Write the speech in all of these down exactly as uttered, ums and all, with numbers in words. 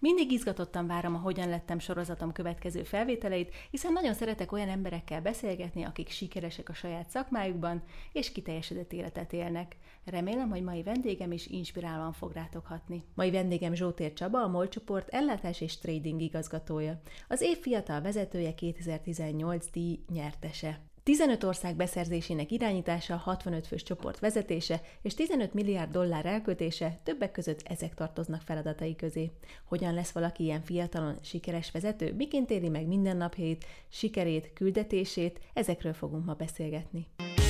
Mindig izgatottan várom a Hogyan lettem sorozatom következő felvételeit, hiszen nagyon szeretek olyan emberekkel beszélgetni, akik sikeresek a saját szakmájukban, és kiteljesedett életet élnek. Remélem, hogy mai vendégem is inspirálóan fog rátok hatni. Mai vendégem Zsótér Csaba, a MOL csoport ellátás és trading igazgatója. Az év fiatal vezetője, kétezer-tizennyolc díj nyertese. tizenöt ország beszerzésének irányítása, hatvanöt fős csoport vezetése és tizenöt milliárd dollár elköltése, többek között ezek tartoznak feladatai közé. Hogyan lesz valaki ilyen fiatalon sikeres vezető? Miként éli meg mindennapjait, sikerét, küldetését? Ezekről fogunk ma beszélgetni.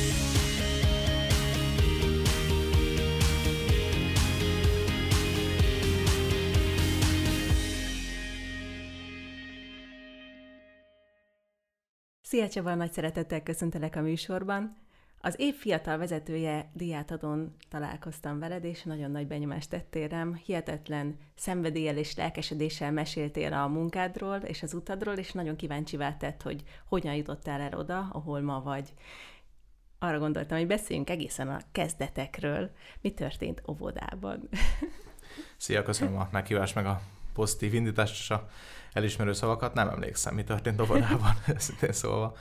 Szia Csaba, nagy szeretettel köszöntelek a műsorban. Az év fiatal vezetője díjátadón találkoztam veled, és nagyon nagy benyomást tettél rám. Hihetetlen szenvedéllyel és lelkesedéssel meséltél a munkádról és az utadról, és nagyon kíváncsivá tett, hogy hogyan jutottál el oda, ahol ma vagy. Arra gondoltam, hogy beszéljünk egészen a kezdetekről. Mi történt óvodában? Szia, köszönöm a meghívást, meg a pozitív indítást és a elismerő szavakat. Nem emlékszem, mi történt óvodában, szintén szólva.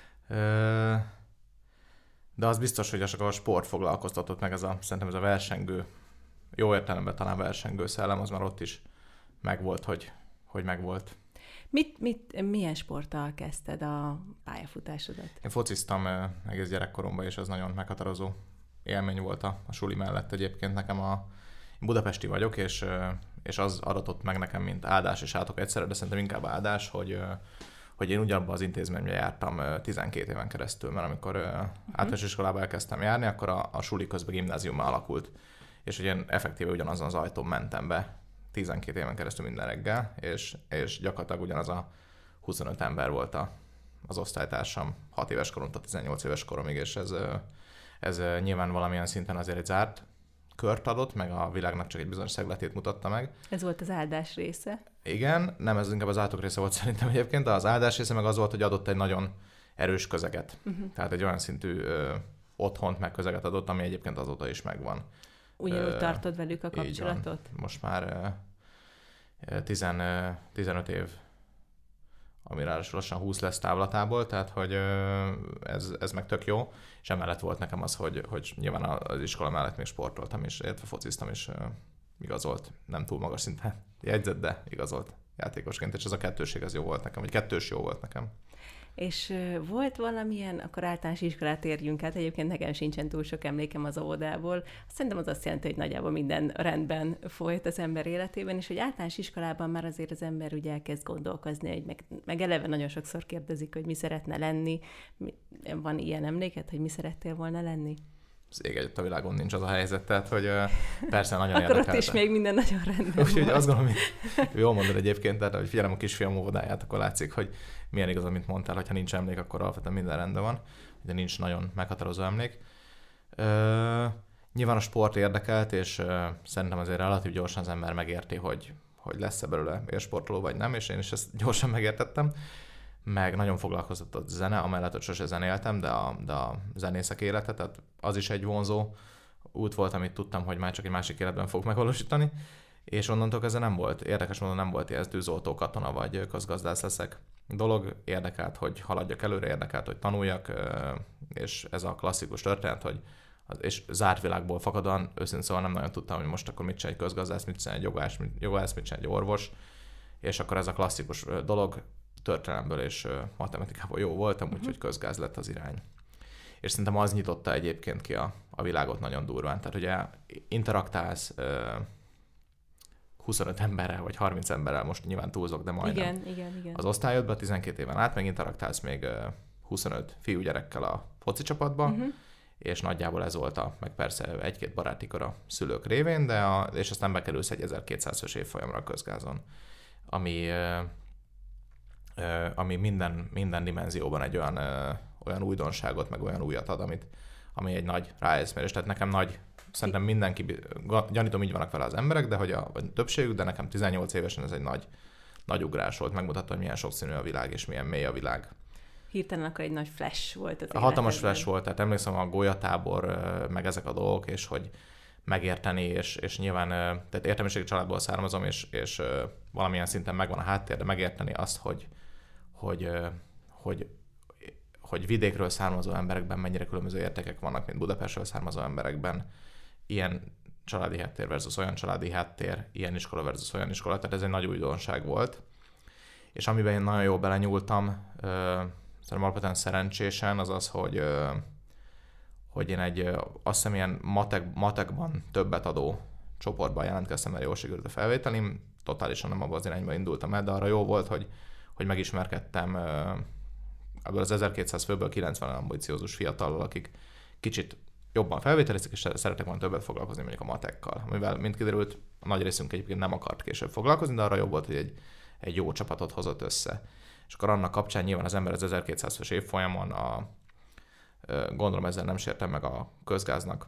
De az biztos, hogy a sport foglalkoztatott meg, ez a, szerintem ez a versengő, jó értelemben talán versengő szellem, az már ott is megvolt, hogy, hogy megvolt. Mit, mit, milyen sporttal kezdted a pályafutásodat? Én fociztam egész gyerekkoromban, és ez nagyon meghatározó élmény volt a, a suli mellett. Egyébként nekem a Én budapesti vagyok, és, és az adatott meg nekem, mint áldás és átok egyszerre, de szerintem inkább áldás, hogy, hogy én ugyanabban az intézményben jártam tizenkét éven keresztül, mert amikor uh-huh. általános iskolába elkezdtem járni, akkor a, a suli közben gimnáziummá alakult, és hogy én effektíve ugyanazon az ajtón mentem be tizenkét éven keresztül minden reggel, és, és gyakorlatilag ugyanaz a huszonöt ember volt a, az osztálytársam hat éves koromtól tizennyolc éves koromig, és ez, ez nyilván valamilyen szinten azért egy zárt kört adott, meg a világnak csak egy bizonyos szegletét mutatta meg. Ez volt az áldás része? Igen, nem, ez inkább az átok része volt szerintem egyébként, de az áldás része meg az volt, hogy adott egy nagyon erős közeget. Uh-huh. Tehát egy olyan szintű ö, otthont, meg közeget adott, ami egyébként azóta is megvan. Ugyanúgy ö, tartod velük a kapcsolatot? Most már ö, tizen, ö, tizenöt év, ami ráadásul lassan húsz lesz távlatából, tehát hogy ö, ez, ez meg tök jó, és emellett volt nekem az, hogy, hogy nyilván az iskola mellett még sportoltam is, illetve fociztam is, ö, igazolt, nem túl magas szinten jegyzett, de igazolt játékosként, és ez a kettőség az jó volt nekem, vagy kettős jó volt nekem. És uh, volt valamilyen, akkor általános iskolát érjünk át, egyébként nekem sincsen túl sok emlékem az óvodából. Szerintem az azt jelenti, hogy nagyjából minden rendben folyt az ember életében, és hogy általános iskolában már azért az ember ugye elkezd gondolkozni, hogy meg, meg eleve nagyon sokszor kérdezik, hogy mi szeretne lenni. Van ilyen emléket, hogy mi szerettél volna lenni? Az ég egyet a világon nincs az a helyzet, tehát hogy persze nagyon érdekel. érdekel. Akkor ott is még minden nagyon rendben. Úgyhogy azt gondolom, hogy jól mondod egyébként, tehát hogy figyelem a kisfiam óvodáját, akkor látszik, hogy milyen igaz, amit mondtál, hogyha nincs emlék, akkor alapvetően minden rendben van, de nincs nagyon meghatározó emlék. Ö, nyilván a sport érdekelt, és ö, szerintem azért relatív gyorsan az ember megérti, hogy, hogy lesz-e belőle élsportoló vagy nem, és én is ezt gyorsan megértettem. Meg nagyon foglalkoztatott a zene, amellett, hogy sose zenéltem, de a, de a zenészek élete, tehát az is egy vonzó út volt, amit tudtam, hogy már csak egy másik életben fog megvalósítani, és onnantól kezdve nem volt, érdekes módon nem volt ilyen tűzoltó katona vagy közgazdász leszek dolog, érdekelt, hogy haladjak előre, érdekelt, hogy tanuljak, és ez a klasszikus történet, hogy és zárt világból fakadóan, őszintén szóval nem nagyon tudtam, hogy most akkor mit csinál egy közgazdász, mit csinál egy jogász, mit, jogász, mit csinál egy orvos, és akkor ez a klasszikus dolog, történelemből és matematikából jó voltam, uh-huh. úgyhogy közgáz lett az irány. És szerintem az nyitotta egyébként ki a, a világot nagyon durván. Tehát ugye interaktálsz uh, huszonöt emberrel, vagy harminc emberrel, most nyilván túlzok, de majdnem. Igen, igen, igen. Az osztályodban tizenkét éven át, meg interaktálsz még uh, huszonöt fiúgyerekkel a foci csapatban, uh-huh. és nagyjából ez volt a, meg persze egy-két barátikor a szülők révén, de a, és aztán bekerülsz egy ezerkétszázas évfolyamra a közgázon, ami uh, ami minden, minden dimenzióban egy olyan, ö, olyan újdonságot, meg olyan újat ad, amit, ami egy nagy ráeszmérés. Tehát nekem nagy, szerintem mindenki, gyanítom így vannak vele az emberek, de hogy a, vagy többségük, de nekem tizennyolc évesen ez egy nagy, nagy ugrás volt, megmutatta, hogy milyen sokszínű a világ, és milyen mély a világ. Hirtelen akkor egy nagy flash volt az a hatalmas flash volt, tehát emlékszem a golyatábor, meg ezek a dolgok, és hogy megérteni, és, és nyilván tehát értelmiségi családból származom, és, és valamilyen szinten megvan a háttér, de megérteni azt, hogy, hogy, hogy, hogy vidékről származó emberekben mennyire különböző értékek vannak, mint Budapestről származó emberekben. Ilyen családi háttér versus olyan családi háttér, ilyen iskola versus olyan iskola, tehát ez egy nagy újdonság volt. És amiben én nagyon jól belenyúltam, szerintem alapvetően szerencsésen, az az, hogy, hogy én egy azt hiszem ilyen matek, matekban többet adó csoportban jelentkeztem, mert jól sikerült a felvételim, totálisan nem abban az irányba indultam el, de arra jó volt, hogy, hogy megismerkedtem ebből az ezerkétszáz főből kilencven ambiciózus fiatallal, akik kicsit jobban felvételizik, és szeretek volna többet foglalkozni mondjuk a matekkal. Amivel, mint kiderült, a nagy részünk egyébként nem akart később foglalkozni, de arra jobb volt, hogy egy, egy jó csapatot hozott össze. És akkor annak kapcsán nyilván az ember az ezerkétszáz fős évfolyamon, a, gondolom ezzel nem sértem meg a közgáznak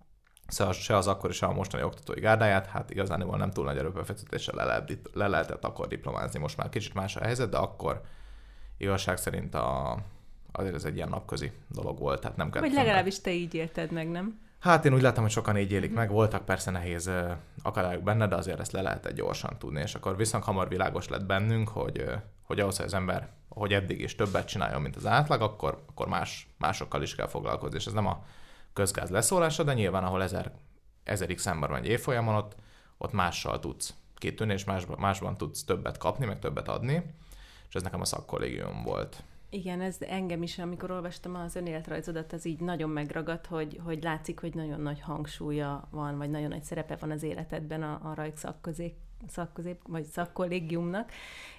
se az akkori, se a mostani oktatói gárdáját, hát igazániból nem túl nagy erőbefektetéssel le, lehet, le lehetett akkor diplomázni. Most már kicsit más a helyzet, de akkor igazság szerint a, azért ez egy ilyen napközi dolog volt, tehát nem kellett. Vagy legalábbis meg. Te így élted meg, nem? Hát én úgy láttam, hogy sokan így élik mm. meg, voltak persze nehéz akadályok benne, de azért ezt le lehetett gyorsan tudni, és akkor viszont hamar világos lett bennünk, hogy, hogy ahhoz, hogy az ember, ahogy eddig is többet csináljon, mint az átlag, akkor, akkor más, másokkal is kell foglalkozni, és ez nem a közgáz leszólása, de nyilván, ahol ezer, ezer x ember van egy évfolyamon, ott, ott mással tudsz kitűnni, és más, másban tudsz többet kapni, meg többet adni, és ez nekem a szakkollégium volt. Igen, ez engem is, amikor olvastam az önéletrajzodat, az így nagyon megragadt, hogy, hogy látszik, hogy nagyon nagy hangsúlya van, vagy nagyon nagy szerepe van az életedben a, a rajk szakközép, szakközép, vagy szakkollégiumnak,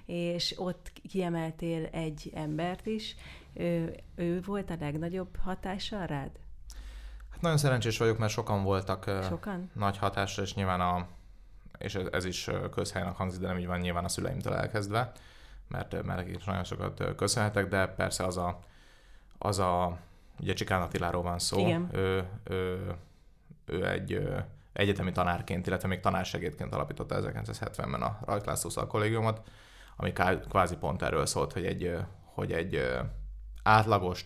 és ott kiemeltél egy embert is. Ő, ő volt a legnagyobb hatással rád? Hát nagyon szerencsés vagyok, mert sokan voltak sokan? Nagy hatásra, és nyilván a, és ez, ez is közhelynek hangzik, de nem így van nyilván a szüleimtől elkezdve, mert, mert is nagyon sokat köszönhetek, de persze az a, az a ugye Csikán Attiláról van szó, ő, ő, ő egy egyetemi tanárként, illetve még tanársegédként alapította ezerkilencszázhetvenben a Rajk László Szakkollégiumot, ami kvázi pont erről szólt, hogy egy, hogy egy átlagos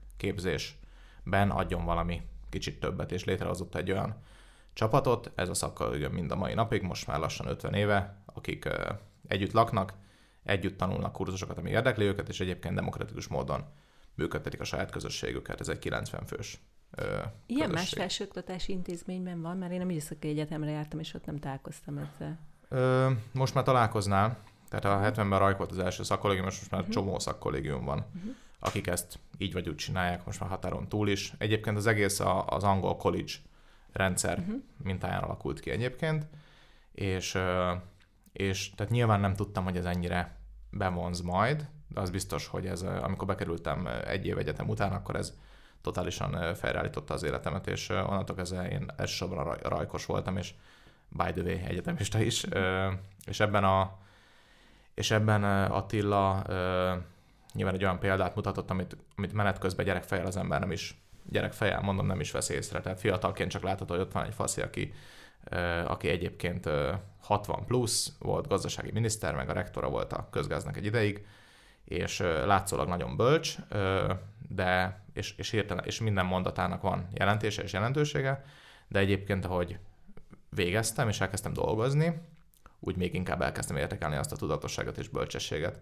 tömegképzésben adjon valami kicsit többet, és létrehozott egy olyan csapatot, ez a szakkollégium mind a mai napig, most már lassan ötven éve, akik együtt laknak, együtt tanulnak kurzusokat, ami érdekli őket, és egyébként demokratikus módon működtetik a saját közösségüket. Ez egy kilencven fős ö, Ilyen közösség. más felsőoktatási intézményben van, mert én a Műszaki Egyetemre jártam, és ott nem találkoztam ezzel. Ö, most már találkoznál, tehát a hetvenben Rajk volt az első szakkollégium, és most már uh-huh. csomó szakkollégium van, uh-huh. akik ezt így vagy úgy csinálják, most már határon túl is. Egyébként az egész a, az angol college rendszer uh-huh. mintáján alakult ki egyébként, és, és tehát nyilván nem tudtam, hogy ez ennyire bevonz majd, de az biztos, hogy ez, amikor bekerültem egy év egyetem után, akkor ez totálisan fejreállította az életemet, és onnantól kezdve én elsősorban a rajkos voltam, és by the way, egyetemista is, és ebben, a, és ebben Attila nyilván egy olyan példát mutatott, amit, amit menet közben gyerekfejjel az ember nem is, gyerekfejjel mondom, nem is vesz észre, tehát fiatalként csak látható, hogy ott van egy faszi, aki, aki egyébként hatvan plusz, volt gazdasági miniszter, meg a rektora volt a közgáznak egy ideig, és látszólag nagyon bölcs, de, és, és, hirtelen, és minden mondatának van jelentése és jelentősége, de egyébként, ahogy végeztem és elkezdtem dolgozni, úgy még inkább elkezdtem értékelni azt a tudatosságot és bölcsességet,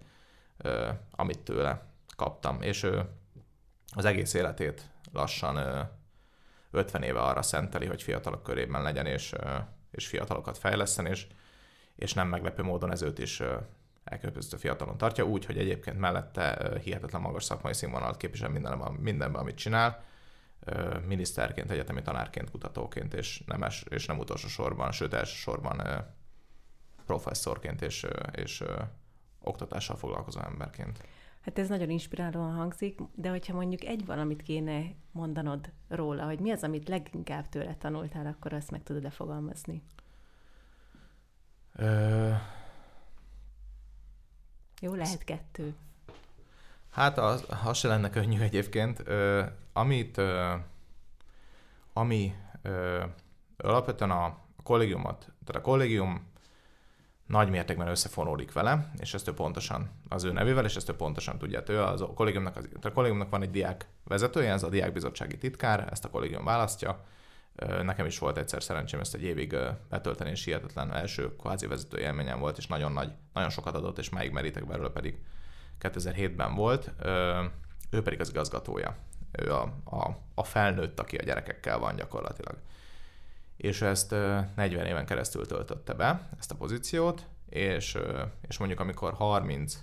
amit tőle kaptam. És az egész életét lassan ötven éve arra szenteli, hogy fiatalok körében legyen, és, és fiatalokat fejleszten, és, és nem meglepő módon ez őt is elképesztő fiatalon tartja, úgy, hogy egyébként mellette hihetetlen magas szakmai színvonalat képvisel mindenben, mindenben, amit csinál, miniszterként, egyetemi tanárként, kutatóként, és nem, es, és nem utolsó sorban, sőt elsősorban professzorként és, és oktatással foglalkozó emberként. Hát ez nagyon inspirálóan hangzik, de hogyha mondjuk egy valamit kéne mondanod róla, hogy mi az, amit leginkább tőle tanultál, akkor azt meg tudod-e fogalmazni? Ö... Jó, lehet kettő. Hát az, az se lenne könnyű egyébként. Ö, amit, ö, ami ö, alapvetően a kollégiumot, tehát a kollégium nagy mértékben összefonódik vele, és ezt ő pontosan az ő nevével, és ezt ő pontosan tudja. Ő az a kollégiumnak, az, a kollégiumnak van egy diák vezetője, ez a diákbizottsági titkár, ezt a kollégium választja. Nekem is volt egyszer szerencsém ezt egy évig betölteni, és hihetetlen első kvázi vezető élményem volt, és nagyon nagy, nagyon sokat adott, és máig merítek belőle, pedig kétezer-hétben volt. Ő pedig az igazgatója. Ő a, a, a felnőtt, aki a gyerekekkel van gyakorlatilag. És ezt negyven éven keresztül töltötte be, ezt a pozíciót, és, és mondjuk amikor harminc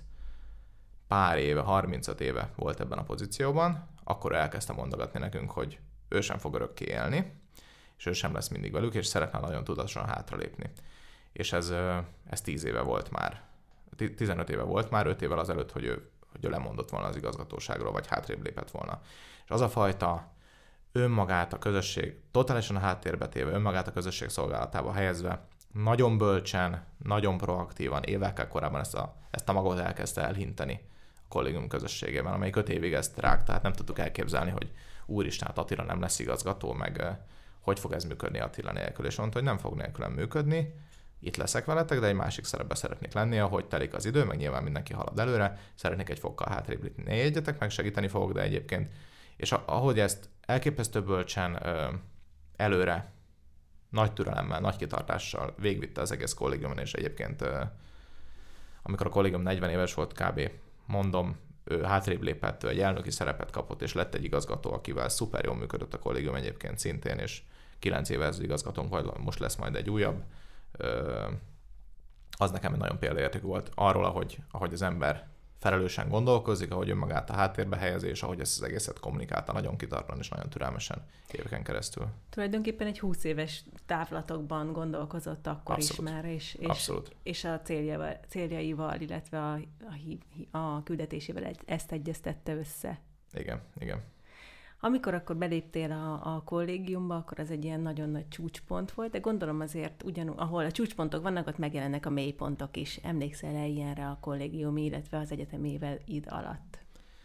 pár éve, harmincöt éve volt ebben a pozícióban, akkor elkezdte mondogatni nekünk, hogy ő sem fog örökké élni, és ő sem lesz mindig velük, és szeretne nagyon tudatosan hátralépni. És ez, ez tíz éve volt már, tizenöt éve volt már, öt évvel azelőtt, hogy ő, hogy ő lemondott volna az igazgatóságról, vagy hátrébb lépett volna. És az a fajta önmagát a közösség, totálisan a háttérbe téve, önmagát a közösség szolgálatába helyezve, nagyon bölcsen, nagyon proaktívan, évekkel korábban ezt a, ezt a magot elkezdte elhinteni a kollégium közösségében, amelyik öt évig ezt rágta, tehát nem tudtuk elképzelni, hogy úristen, hát Attila nem lesz igazgató, meg hogy fog ez működni Attila nélkül, és mondta, hogy nem fog nélkülem működni, itt leszek veletek, de egy másik szerepbe szeretnék lenni, ahogy telik az idő, meg nyilván mindenki halad előre, szeretnék egy fokkal hátrébb lépni, ne jegyetek meg, segíteni fogok, de egyébként, és ahogy ezt elképesztő bölcsen ö, előre, nagy türelemmel, nagy kitartással végvitte az egész kollégiumon, és egyébként ö, amikor a kollégium negyven éves volt kb. Mondom, ő hátrébb lépett, ő egy elnöki szerepet kapott, és lett egy igazgató, akivel szuper jól működött a kollégium egyébként szintén, és kilenc éve ez igazgatónk, vagy most lesz majd egy újabb. Ö, az nekem egy nagyon példaértékű volt arról, ahogy, ahogy az ember felelősen gondolkozik, ahogy önmagát a háttérbe helyezi, és ahogy ezt az egészet kommunikálta nagyon kitartóan és nagyon türelmesen éveken keresztül. Tulajdonképpen egy húsz éves távlatokban gondolkozott akkor Abszolút. is már, és, és, és a céljával, céljaival, illetve a, a, a küldetésével ezt egyeztette össze. Igen, igen. Amikor akkor beléptél a, a kollégiumba, akkor az egy ilyen nagyon nagy csúcspont volt, de gondolom azért ugyanúgy, ahol a csúcspontok vannak, ott megjelennek a mélypontok is. Emlékszel-e ilyenre a kollégiumi, illetve az egyetemi éveid alatt?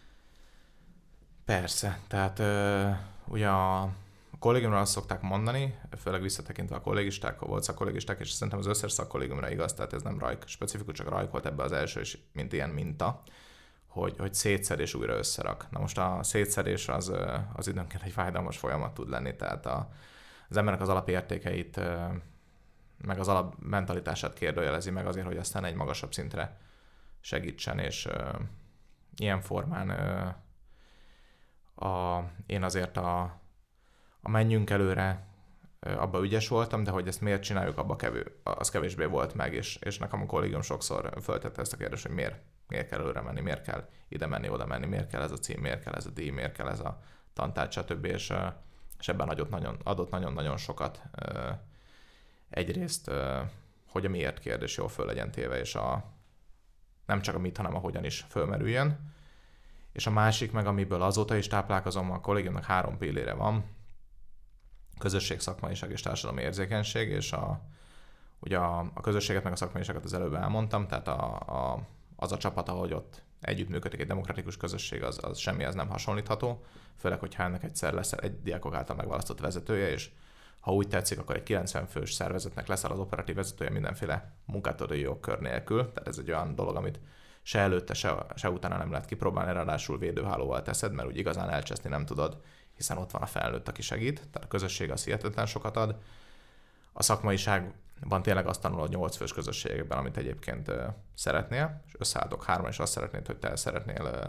Persze, tehát ö, ugye a kollégiumra azt szokták mondani, főleg visszatekintve a kollégisták, volt szakkollégisták, és szerintem az összes szakkollégiumra igaz, tehát ez nem rajk specifikus, csak rajk volt ebbe az első, és mint ilyen minta, hogy, hogy szétszed és újra összerak. Na most a szétszedés az, az időnként egy fájdalmas folyamat tud lenni, tehát a, az embernek az alapértékeit, meg az alapmentalitását kérdőjelezi meg azért, hogy aztán egy magasabb szintre segítsen, és ilyen formán a, én azért a, a menjünk előre abba ügyes voltam, de hogy ezt miért csináljuk, abba kevő, az kevésbé volt meg, és, és nekem a kollégium sokszor föltette ezt a kérdést, hogy miért, miért kell előre menni, miért kell ide menni, oda menni, miért kell ez a cím, miért kell ez a díj, miért kell ez a tantárgy, stb. És, és ebben adott, nagyon, adott nagyon-nagyon sokat. Egyrészt, hogy a miért kérdés jól föl legyen téve, és a, nem csak a mit, hanem a hogyan is fölmerüljön. És a másik meg, amiből azóta is táplálkozom, a kollégiumnak három pillére van, közösség, szakmaiság és társadalmi érzékenység, és a, ugye a, a közösséget meg a szakmaiságot az előbb elmondtam, tehát a, a, az a csapat, ahogy ott együttműködik egy demokratikus közösség, az, az semmihez nem hasonlítható, főleg, hogyha ennek egyszer lesz egy diákok által megválasztott vezetője, és ha úgy tetszik, akkor egy kilencven fős szervezetnek leszel az operatív vezetője mindenféle munkátadói jogkör nélkül, tehát ez egy olyan dolog, amit se előtte, se, se utána nem lehet kipróbálni, ráadásul védőhálóval teszed, mert úgy igazán elcseszni nem tudod, hiszen ott van a felnőtt, aki segít, tehát a közösség az hihetetlen sokat ad. A szakmaiságban tényleg azt tanulod nyolc fős közösségekben, amit egyébként ö, szeretnél, és összeálltok hárman, és azt szeretnéd, hogy te szeretnél ö,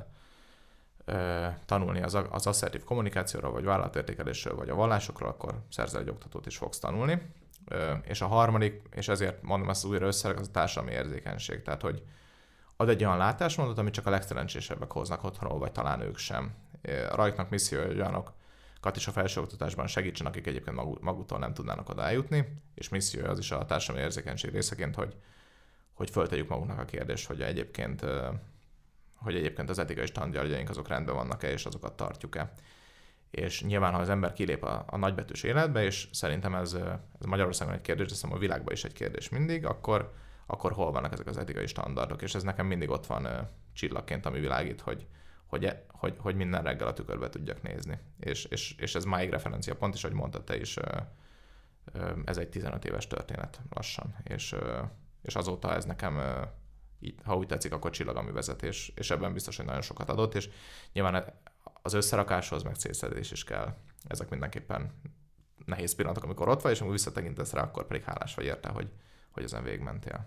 ö, tanulni az, az asszertív kommunikációról, vagy vállalatértékelésről, vagy a vallásokról, akkor szerzel egy oktatót is fogsz tanulni. Ö, és a harmadik, és ezért mondom ezt újra össze, az a társadalmi érzékenység, tehát hogy ad egy olyan látásmódot, amit csak a legszerencsésebbek hoznak otthonról, vagy talán ők sem. A rajknak missziója, hogy olyanokat is a felsőoktatásban segítsen, akik egyébként maguktól nem tudnának oda eljutni, és missziója az is a társadalmi érzékenység részeként, hogy, hogy föltegyük magunknak a kérdést, hogy egyébként, hogy egyébként az etikai standardjaink azok rendben vannak-e, és azokat tartjuk-e. És nyilván, ha az ember kilép a, a nagybetűs életbe, és szerintem ez, ez Magyarországon egy kérdés, de szerintem a világban is egy kérdés mindig, akkor akkor hol vannak ezek az etikai standardok, és ez nekem mindig ott van uh, csillagként, ami világít, hogy, hogy, hogy, hogy minden reggel a tükörbe tudjak nézni. És, és, és ez máig referencia pont is, hogy mondtad te is, uh, uh, ez egy tizenöt éves történet lassan, és, uh, és azóta ez nekem, uh, így, ha úgy tetszik, akkor csillag, ami vezet, és, és ebben biztos, hogy nagyon sokat adott, és nyilván az összerakáshoz meg célszedés is kell. Ezek mindenképpen nehéz pillanatok, amikor ott vagy, és amikor visszatekintesz rá, akkor pedig hálás vagy érte, hogy, hogy ezen végigmentél.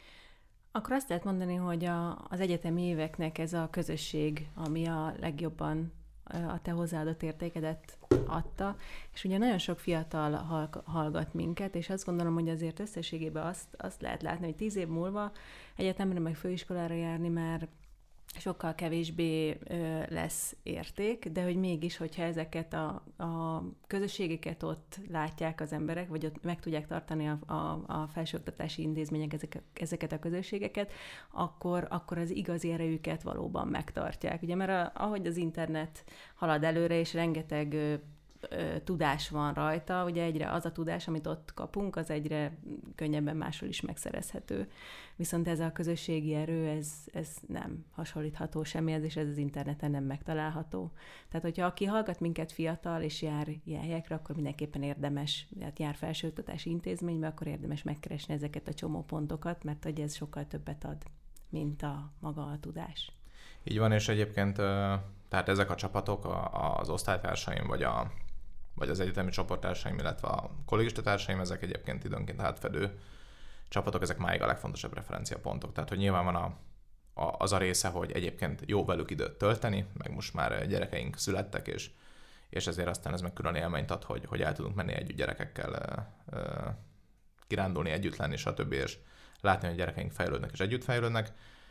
Akkor azt lehet mondani, hogy a, az egyetemi éveknek ez a közösség, ami a legjobban a te hozzáadott értékedet adta, és ugye nagyon sok fiatal hallgat minket, és azt gondolom, hogy azért összességében azt, azt lehet látni, hogy tíz év múlva egyetemre meg főiskolára járni már sokkal kevésbé ö, lesz érték, de hogy mégis, hogyha ezeket a, a közösségeket ott látják az emberek, vagy ott meg tudják tartani a, a, a felsőoktatási intézmények ezeket, ezeket a közösségeket, akkor, akkor az igazi erejüket valóban megtartják. Ugye, mert a, ahogy az internet halad előre, és rengeteg ö, ö, tudás van rajta, ugye egyre az a tudás, amit ott kapunk, az egyre könnyebben máshol is megszerezhető. Viszont ez a közösségi erő, ez, ez nem hasonlítható semmihez, és ez az interneten nem megtalálható. Tehát, hogyha aki hallgat minket fiatal, és jár ilyen helyekre, akkor mindenképpen érdemes, hát jár felsőoktatási intézménybe, akkor érdemes megkeresni ezeket a csomópontokat, mert hogy ez sokkal többet ad, mint a maga a tudás. Így van, és egyébként tehát ezek a csapatok, az osztálytársaim, vagy, a, vagy az egyetemi csoporttársaim, illetve a kollégista társaim, ezek egyébként időnként átfedő csapatok, ezek máig a legfontosabb referenciapontok. Tehát, hogy nyilván van a, a, az a része, hogy egyébként jó velük időt tölteni, meg most már gyerekeink születtek, és, és ezért aztán ez meg külön élményt ad, hogy, hogy el tudunk menni együtt gyerekekkel ö, ö, kirándulni, együtt lenni, stb. És látni, hogy gyerekeink fejlődnek és együtt fejlődnek.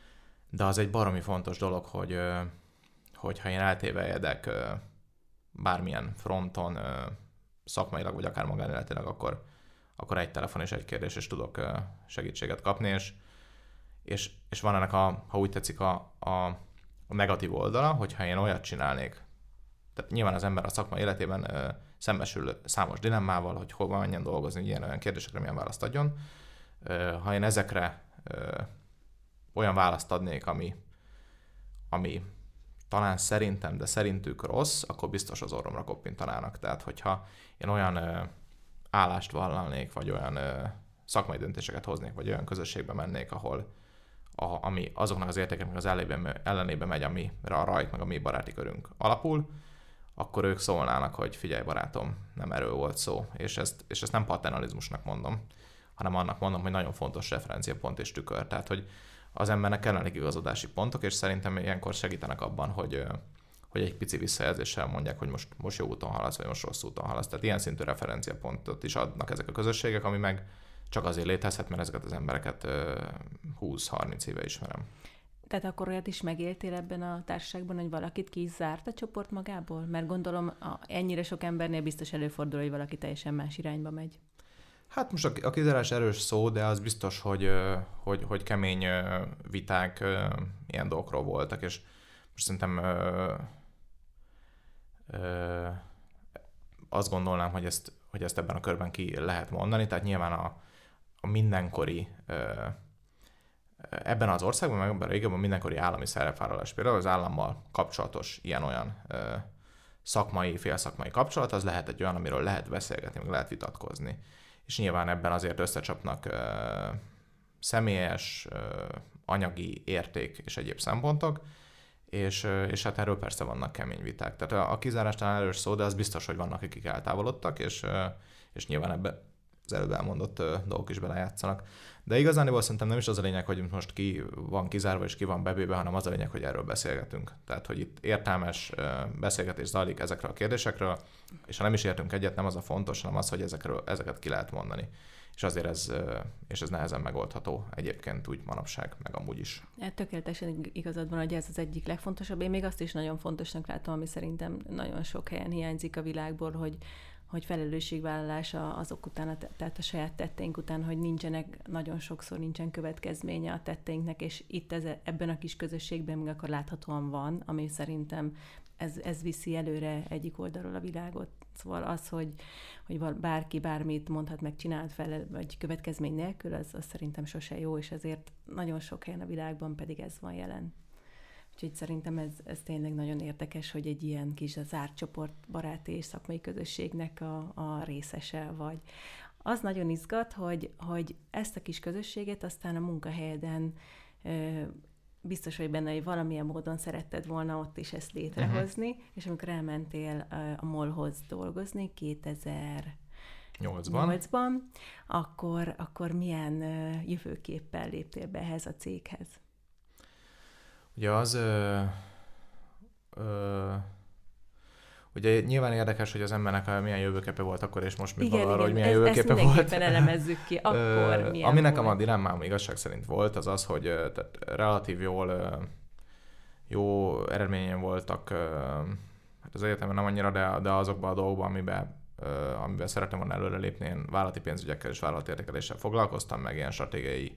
De az egy baromi fontos dolog, hogy ö, hogyha én eltévejedek ö, bármilyen fronton, ö, szakmailag, vagy akár magánéletileg, akkor akkor egy telefon és egy kérdés, és tudok segítséget kapni, és, és, és van ennek, a, ha úgy tetszik, a, a, a negatív oldala, hogyha én olyat csinálnék. Tehát nyilván az ember a szakma életében ö, szembesül számos dilemmával, hogy hova menjen dolgozni, ilyen olyan kérdésekre milyen választ adjon. Ö, ha én ezekre ö, olyan választ adnék, ami, ami talán szerintem, de szerintük rossz, akkor biztos az orromra koppintanának. Tehát, hogyha én olyan ö, állást vállalnék, vagy olyan ö, szakmai döntéseket hoznék, vagy olyan közösségbe mennék, ahol a, ami azoknak az értékeknek az ellenében, ellenébe megy, amire a rajt, meg a mi baráti körünk alapul, akkor ők szólnának, hogy figyelj barátom, nem erről volt szó. És ezt, és ezt nem paternalizmusnak mondom, hanem annak mondom, hogy nagyon fontos referenciapont és tükör. Tehát, hogy az embernek kellenek igazodási pontok, és szerintem ilyenkor segítenek abban, hogy hogy egy pici visszajelzéssel mondják, hogy most, most jó úton haladsz, vagy most rossz úton haladsz. Tehát ilyen szintű referenciapontot is adnak ezek a közösségek, ami meg csak azért létezhet, mert ezeket az embereket húsz-harminc éve ismerem. Tehát akkor olyat is megéltél ebben a társaságban, hogy valakit ki is zárt a csoport magából? Mert gondolom, a, ennyire sok embernél biztos előfordul, hogy valaki teljesen más irányba megy. Hát most a, a kizárás erős szó, de az biztos, hogy, hogy, hogy kemény viták ilyen dolgokról voltak, és most szerintem Ö, azt gondolnám, hogy ezt, hogy ezt ebben a körben ki lehet mondani, tehát nyilván a, a mindenkori, ö, ebben az országban, meg ebben a régióban mindenkori állami szerepvállalás, például az állammal kapcsolatos ilyen-olyan ö, szakmai, félszakmai kapcsolat, az lehet egy olyan, amiről lehet beszélgetni, meg lehet vitatkozni. És nyilván ebben azért összecsapnak ö, személyes, ö, anyagi érték és egyéb szempontok, És, és hát erről persze vannak kemény viták. Tehát a, a kizárás talán erős szó, de az biztos, hogy vannak, akik eltávolodtak, és, és nyilván ebbe az előbb elmondott dolgok is belejátszanak. De igazániból szerintem nem is az a lényeg, hogy most ki van kizárva és ki van bevéve, hanem az a lényeg, hogy erről beszélgetünk. Tehát, hogy itt értelmes beszélgetés zajlik ezekről a kérdésekről, és ha nem is értünk egyet, nem az a fontos, hanem az, hogy ezekről, ezeket ki lehet mondani. És azért ez, és ez nehezen megoldható egyébként úgy manapság, meg amúgy is. Tökéletesen igazad van, hogy ez az egyik legfontosabb. Én még azt is nagyon fontosnak látom, ami szerintem nagyon sok helyen hiányzik a világból, hogy, hogy felelősségvállalása azok után, tehát a saját tetteink után, hogy nincsenek, nagyon sokszor nincsen következménye a tetteinknek, és itt ez, ebben a kis közösségben még akkor láthatóan van, ami szerintem ez, ez viszi előre egyik oldalról a világot. Szóval az, hogy, hogy bárki bármit mondhat, meg csinált fel, vagy következmény nélkül, az, az szerintem sose jó, és ezért nagyon sok helyen a világban pedig ez van jelen. Úgyhogy szerintem ez, ez tényleg nagyon érdekes, hogy egy ilyen kis zárt csoport, baráti és szakmai közösségnek a, a részese vagy. Az nagyon izgat, hogy, hogy ezt a kis közösséget aztán a munkahelyeden ö, biztos vagy benne, hogy valamilyen módon szeretted volna ott is ezt létrehozni, uh-huh. és amikor elmentél a MOL-hoz dolgozni, kétezer Nyolcban. Nyolcban, akkor, akkor milyen jövőképpel léptél be ehhez a céghez? Ugye az... Ö, ö, ugye nyilván érdekes, hogy az embernek milyen jövőképe volt akkor, és most mi van arra, hogy milyen ez, jövőképe ezt volt. Ezt elemezzük ki. Akkor ö, milyen Ami nekem volt? a dilemmám igazság szerint volt, az az, hogy tehát relatív jól jó eredményen voltak hát az egyetemen nem annyira, de, de azokban a dolgokban, amiben, amiben szeretném volna előrelépni, én vállalati pénzügyekkel és vállalati értékeléssel foglalkoztam, meg ilyen stratégiai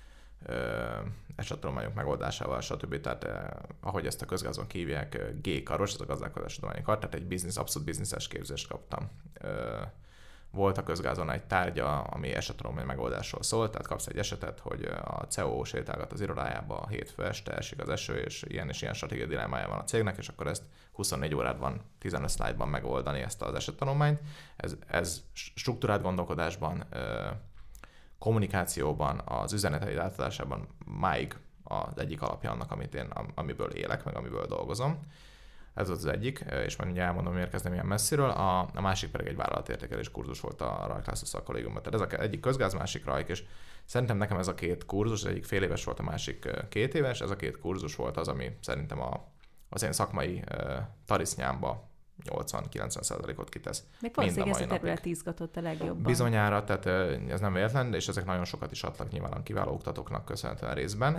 esettanulmányok megoldásával, stb. Tehát eh, ahogy ezt a közgázon hívják, G-karos, ez a gazdálkodási tudományi kar, tehát egy business, abszolút bizniszes képzést kaptam. Eh, volt a közgázon egy tárgya, ami esettanulmány megoldásról szólt, tehát kapsz egy esetet, hogy a cé e o sétálgat az irodájába hétfő este, esik az eső, és ilyen és ilyen stratégiai dilemmája van a cégnek, és akkor ezt huszonnégy órád van tizenöt szlájdban megoldani ezt az esettanulmányt. Ez, ez struktúrált gondolkodásban, eh, kommunikációban, az üzeneteid átadásában máig az egyik alapja annak, amit én, amiből élek, meg amiből dolgozom. Ez volt az egyik, és majd ugye elmondom, miért kezdem ilyen messziről. A, a másik pedig egy vállalatértékelés kurzus volt a Rajk László szakkollégiumban. Tehát ez az egyik közgáz, másik Rajk, és szerintem nekem ez a két kurzus, az egyik fél éves volt, a másik két éves, ez a két kurzus volt az, ami szerintem a, az én szakmai uh, tarisznyámba nyolcvan-kilencven százalékot kitesz. Még valószínűleg ez a terület izgatott a legjobban. Bizonyára, tehát ez nem véletlen, és ezek nagyon sokat is adtak nyilván a kiváló oktatóknak köszönhetően részben.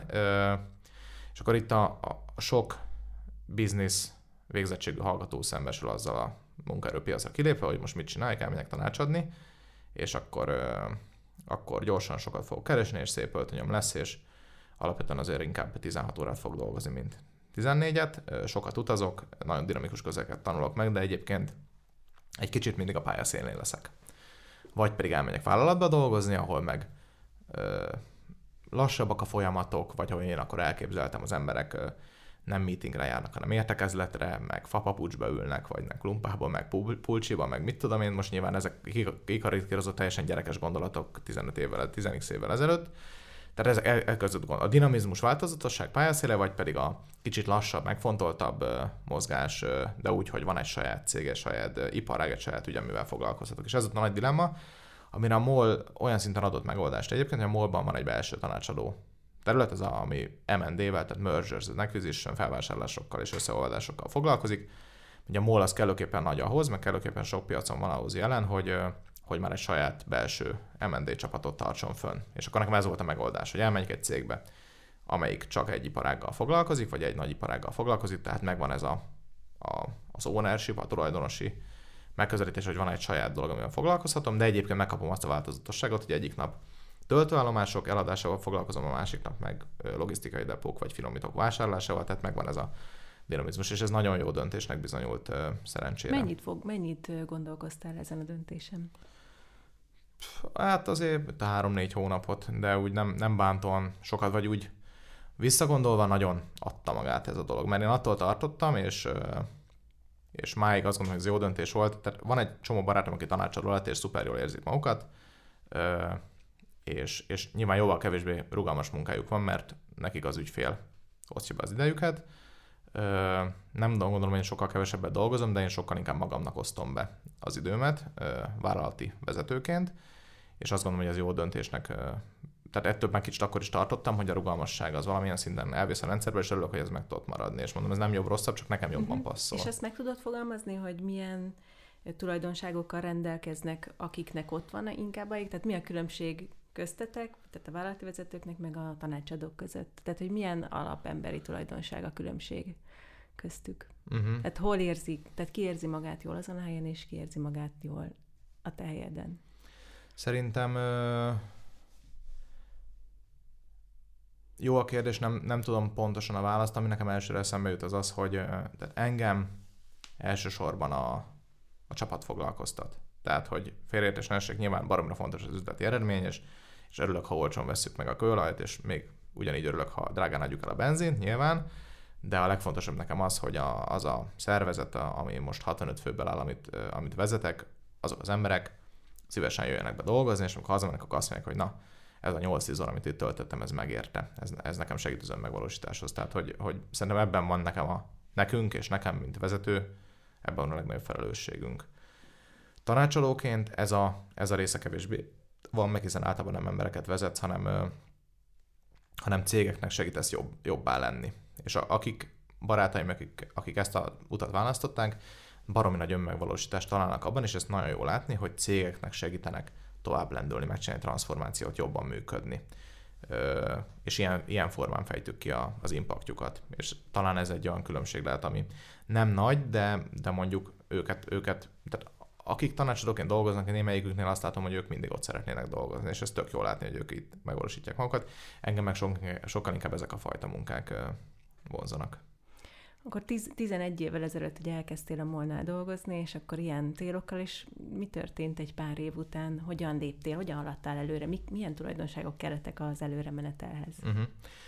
És akkor itt a, a sok biznisz végzettségű hallgató szembesül azzal a munkaerőpiacra kilépve, hogy most mit csinálják, elmegyek tanácsadni, és akkor, akkor gyorsan sokat fogok keresni, és szép öltönyöm lesz, és alapvetően azért inkább tizenhat órát fog dolgozni, mint tizennégyet, sokat utazok, nagyon dinamikus közegeket tanulok meg, de egyébként egy kicsit mindig a pályaszélén leszek. Vagy pedig elmegyek vállalatba dolgozni, ahol meg ö, lassabbak a folyamatok, vagy ahogy én akkor elképzeltem, az emberek ö, nem meetingre járnak, hanem értekezletre, meg fapapucsba ülnek, vagy meg lumpába, meg pulcsiba, meg mit tudom én, most nyilván ezek kikarítírozott teljesen gyerekes gondolatok tizenöt évvel, tíz évvel ezelőtt. Tehát ez elkezdett gond. A dinamizmus, változatosság pályaszéle, vagy pedig a kicsit lassabb, megfontoltabb uh, mozgás, uh, de úgy, hogy van egy saját cég, egy saját uh, iparág, egy saját ügy, amivel foglalkozhatok. És ez ott a nagy dilemma, amire a MOL olyan szinten adott megoldást egyébként, hogy a MOL-ban van egy belső tanácsadó terület, ez a, ami em and á-vel, tehát mergers, acquisition, felvásárlásokkal és összeolvadásokkal foglalkozik. Ugye a MOL az kellőképpen nagy ahhoz, meg kellőképpen sok piacon van ahhoz jelen, hogy uh, hogy már egy saját belső em and á csapatot tartson fönn. És akkor nekem ez volt a megoldás, hogy elmenjek egy cégbe, amelyik csak egy iparággal foglalkozik, vagy egy nagy iparággal foglalkozik, tehát megvan ez a, a, az ownership, a tulajdonosi megközelítés, hogy van egy saját dolog, amivel foglalkozhatom, de egyébként megkapom azt a változatosságot, hogy egyik nap töltőállomások eladásával foglalkozom, a másik nap meg logisztikai depók vagy finomítók vásárlásával, tehát megvan ez a dinamizmus, és ez nagyon jó döntésnek bizonyult szerencsére. Mennyit, fog, mennyit gondolkoztál ezen a döntésen? Hát azért három-négy hónapot, de úgy nem, nem bántóan sokat, vagy úgy visszagondolva nagyon adta magát ez a dolog. Mert én attól tartottam, és, és máig azt gondolom, hogy ez jó döntés volt. Tehát van egy csomó barátom, aki tanácsadó lett, és szuper jól érzik magukat, és, és nyilván jóval kevésbé rugalmas munkájuk van, mert nekik az ügyfél osztja be az idejüket. Nem gondolom, hogy én sokkal kevesebbet dolgozom, de én sokkal inkább magamnak osztom be az időmet vállalati vezetőként, és azt gondolom, hogy ez jó döntésnek, tehát ettől meg kicsit akkor is tartottam, hogy a rugalmasság az valamilyen szinten elvész a rendszerbe, és örülök, hogy ez meg tudott maradni, és mondom, ez nem jobb-rosszabb, csak nekem jobban uh-huh. passzol. És ezt meg tudod fogalmazni, hogy milyen tulajdonságokkal rendelkeznek, akiknek ott van inkább a, tehát mi a különbség köztetek, tehát a vállalati vezetőknek, meg a tanácsadók között? Tehát, hogy milyen alapemberi tulajdonság a különbség köztük? Uh-huh. Tehát hol érzik, tehát ki érzi magát jól azon a helyen, és ki érzi magát jól a te helyeden? Szerintem ö... jó a kérdés, nem, nem tudom pontosan a választ, ami nekem elsőre eszembe jut az az, hogy tehát engem elsősorban a, a csapat foglalkoztat. Tehát, hogy félreértés ne essék, nyilván baromra fontos az üzleti eredmény, és, és örülök, ha olcsón vesszük meg a kőolajat, és még ugyanígy örülök, ha drágán adjuk el a benzint, nyilván, de a legfontosabb nekem az, hogy a, az a szervezet, ami most hatvanöt főből áll, amit, amit vezetek, azok az emberek szívesen jöjjenek be dolgozni, és amikor hazamennek, akkor azt mondják, hogy na, ez a nyolc-tíz óra, amit itt töltöttem, ez megérte. Ez, ez nekem segít az önmegvalósításhoz. Tehát, hogy, hogy szerintem ebben van nekem a, nekünk és nekem, mint vezető, ebben van a legnagyobb felelősségünk. tanácsadóként ez a, ez a része kevésbé van meg, hiszen általában nem embereket vezetsz, hanem, hanem cégeknek segítesz jobb, jobbá lenni. És a, akik barátaim, akik, akik ezt a utat választották, baromi nagy önmegvalósítást találnak abban, és ezt nagyon jó látni, hogy cégeknek segítenek tovább lendülni, megcsinálni transformációt, jobban működni. Ö, és ilyen, ilyen formán fejtük ki a, az impactjukat. És talán ez egy olyan különbség lehet, ami nem nagy, de, de mondjuk őket, őket tehát akik tanácsadóként dolgoznak, némelyiküknél azt látom, hogy ők mindig ott szeretnének dolgozni, és ez tök jó látni, hogy ők itt megvalósítják magukat. Engem meg so, sokkal inkább ezek a fajta munkák vonzanak. Akkor tíz, tizenegy évvel ezelőtt ugye elkezdtél a MOL-nál dolgozni, és akkor ilyen célokkal, és mi történt egy pár év után? Hogyan léptél, hogyan haladtál előre? Mi, milyen tulajdonságok kellettek az előre menetelhez? Uh-huh.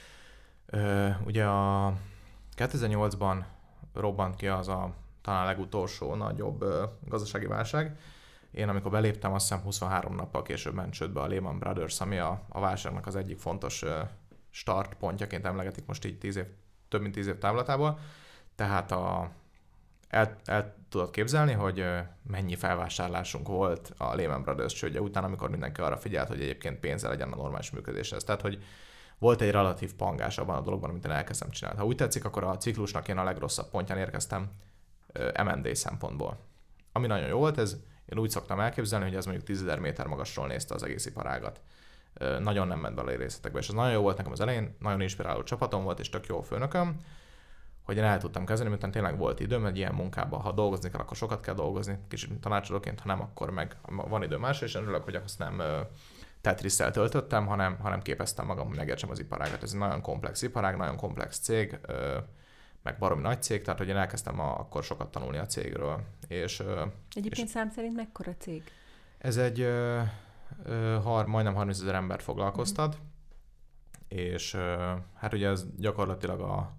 Ö, ugye a kétezer-nyolcban robbant ki az a talán legutolsó nagyobb ö, gazdasági válság. Én amikor beléptem, azt hiszem huszonhárom nappal később ment csődbe a Lehman Brothers, ami a, a válságnak az egyik fontos ö, startpontjaként emlegetik most így tíz év, több mint tíz év távlatából. Tehát a, el, el tudod képzelni, hogy mennyi felvásárlásunk volt a Lehman Brothers csődje után, amikor mindenki arra figyelt, hogy egyébként pénze legyen a normális működéshez. Tehát, hogy volt egy relatív pangás abban a dologban, amit én elkezdtem csinálni. Ha úgy tetszik, akkor a ciklusnak én a legrosszabb pontján érkeztem em and á szempontból. Ami nagyon jó volt, ez én úgy szoktam elképzelni, hogy ez mondjuk tízezer méter magasról nézte az egész iparágat. Nagyon nem ment bele a részletekbe, és ez nagyon jó volt nekem az elején, nagyon inspiráló csapatom volt, és tök jó főnököm, hogy én el tudtam kezdeni, miután tényleg volt időm egy ilyen munkában. Ha dolgozni kell, akkor sokat kell dolgozni, kicsit tanácsadóként, ha nem, akkor meg van idő másra, és örülök, hogy azt nem Tetris-szel töltöttem, hanem, hanem képeztem magam, hogy megértsem az iparágat. Ez egy nagyon komplex iparág, nagyon komplex cég, meg baromi nagy cég, tehát hogy én elkezdtem a, akkor sokat tanulni a cégről. És, Egyébként és szám szerint mekkora cég? Ez egy ö, ö, har, majdnem harmincezer embert foglalkoztat, mm. és ö, hát ugye ez gyakorlatilag a,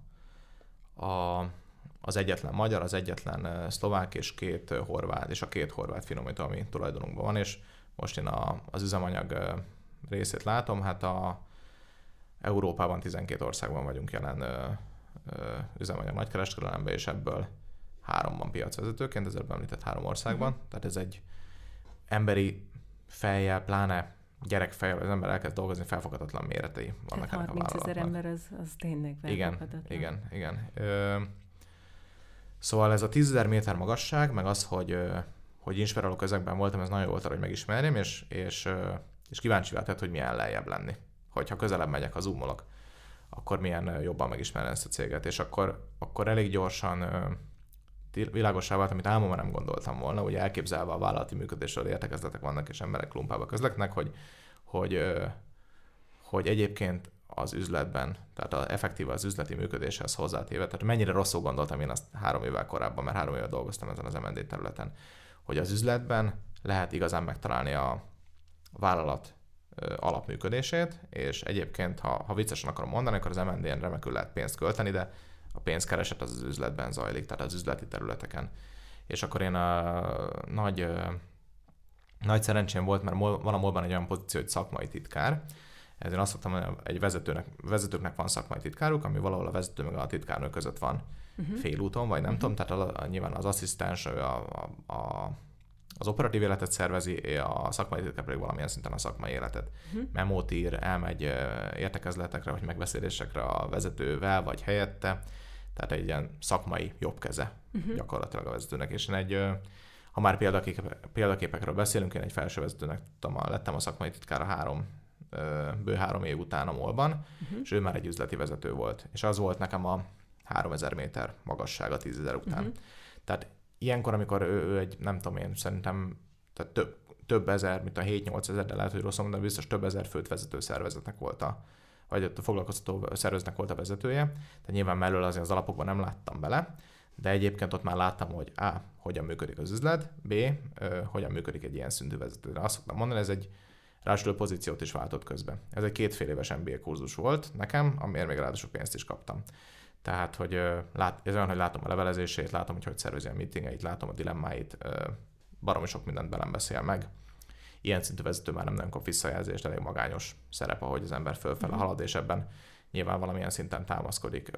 a, az egyetlen magyar, az egyetlen szlovák és két horvát, és a két horvát finomító, ami tulajdonunkban van, és most én a, az üzemanyag részét látom, hát a Európában tizenkét országban vagyunk jelen ö, ö, üzemanyag nagykereskedelemben, és ebből háromban piacvezetőként, ez előbb említett három országban, uh-huh. tehát ez egy emberi fejjel, pláne gyerekfejjel, az ember elkezd dolgozni, felfoghatatlan méretei vannak ennek a vállalatnak. harmincezer ember, az, az tényleg felfoghatatlan. Igen, igen, igen. Ö, szóval ez a tízezer méter magasság, meg az, hogy, hogy inspiráló közegben voltam, ez nagyon jó volt arra, hogy megismerjem, és, és, és kíváncsi tett, hogy milyen lejjebb lenni. Hogyha közelebb megyek, ha zoomolok, akkor milyen jobban megismerni ezt a céget. És akkor, akkor elég gyorsan világossá vált, amit álmomban nem gondoltam volna, ugye elképzelve a vállalati működésről értekezletek vannak, és emberek klumpába közleknek, hogy, hogy, hogy egyébként az üzletben, tehát a, effektíve az üzleti működéshez hozzátéve, tehát mennyire rosszul gondoltam én azt három évvel korábban, mert három évvel dolgoztam ezen az em and á területen, hogy az üzletben lehet igazán megtalálni a vállalat alapműködését, és egyébként, ha, ha viccesen akarom mondani, akkor az em and á-en remekül lehet pénzt költeni, de a pénzkereset az az üzletben zajlik, tehát az üzleti területeken. És akkor én a nagy, nagy szerencsém volt, mert van a MOL-ban egy olyan pozíció, hogy szakmai titkár. Ez én azt szoktam mondani, egy vezetőnek, vezetőknek van szakmai titkáruk, ami valahol a vezető meg a titkárnő között van uh-huh. félúton, vagy nem uh-huh. tudom, tehát a, a, nyilván az asszisztens a, a, a, az operatív életet szervezi, a szakmai titkár pedig valamilyen szinten a szakmai életet. Uh-huh. Memót ír, elmegy értekezletekre, vagy megbeszélésekre a vezetővel, vagy helyette. Tehát egy ilyen szakmai jobb keze uh-huh. gyakorlatilag a vezetőnek. És én egy, ha már példakép, példaképekről beszélünk, én egy felső vezetőnek tudtam, lettem a szakmai titkára három, bő három év után a MOL-ban, uh-huh. és ő már egy üzleti vezető volt. És az volt nekem a háromezer méter magassága tízezer után. Uh-huh. Tehát ilyenkor, amikor ő, ő egy, nem tudom én, szerintem tehát több, több ezer, mint a hét-nyolc ezer, de lehet, hogy rosszul mondom, de biztos több ezer főt vezető szervezetnek volt a vagy a foglalkoztató szervezetnek volt a vezetője, tehát nyilván mellől azért az alapokban nem láttam bele, de egyébként ott már láttam, hogy A. hogyan működik az üzlet, B. Ö, hogyan működik egy ilyen szintű vezető. De azt szoktam mondani, ez egy ráadásul pozíciót is váltott közben. Ez egy kétfél éves em bé á kurzus volt nekem, amiért még ráadásul pénzt is kaptam. Tehát, hogy ö, lát, ez olyan, hogy látom a levelezését, látom, hogy hogy szervezi a meetingeit, látom a dilemmáit, ö, baromi sok mindent velem beszél meg. Ilyen szintű vezető már nem nagyon kap visszajelzést, elég magányos szerep, ahogy az ember fölfele mm-hmm. halad, és ebben nyilván valamilyen szinten támaszkodik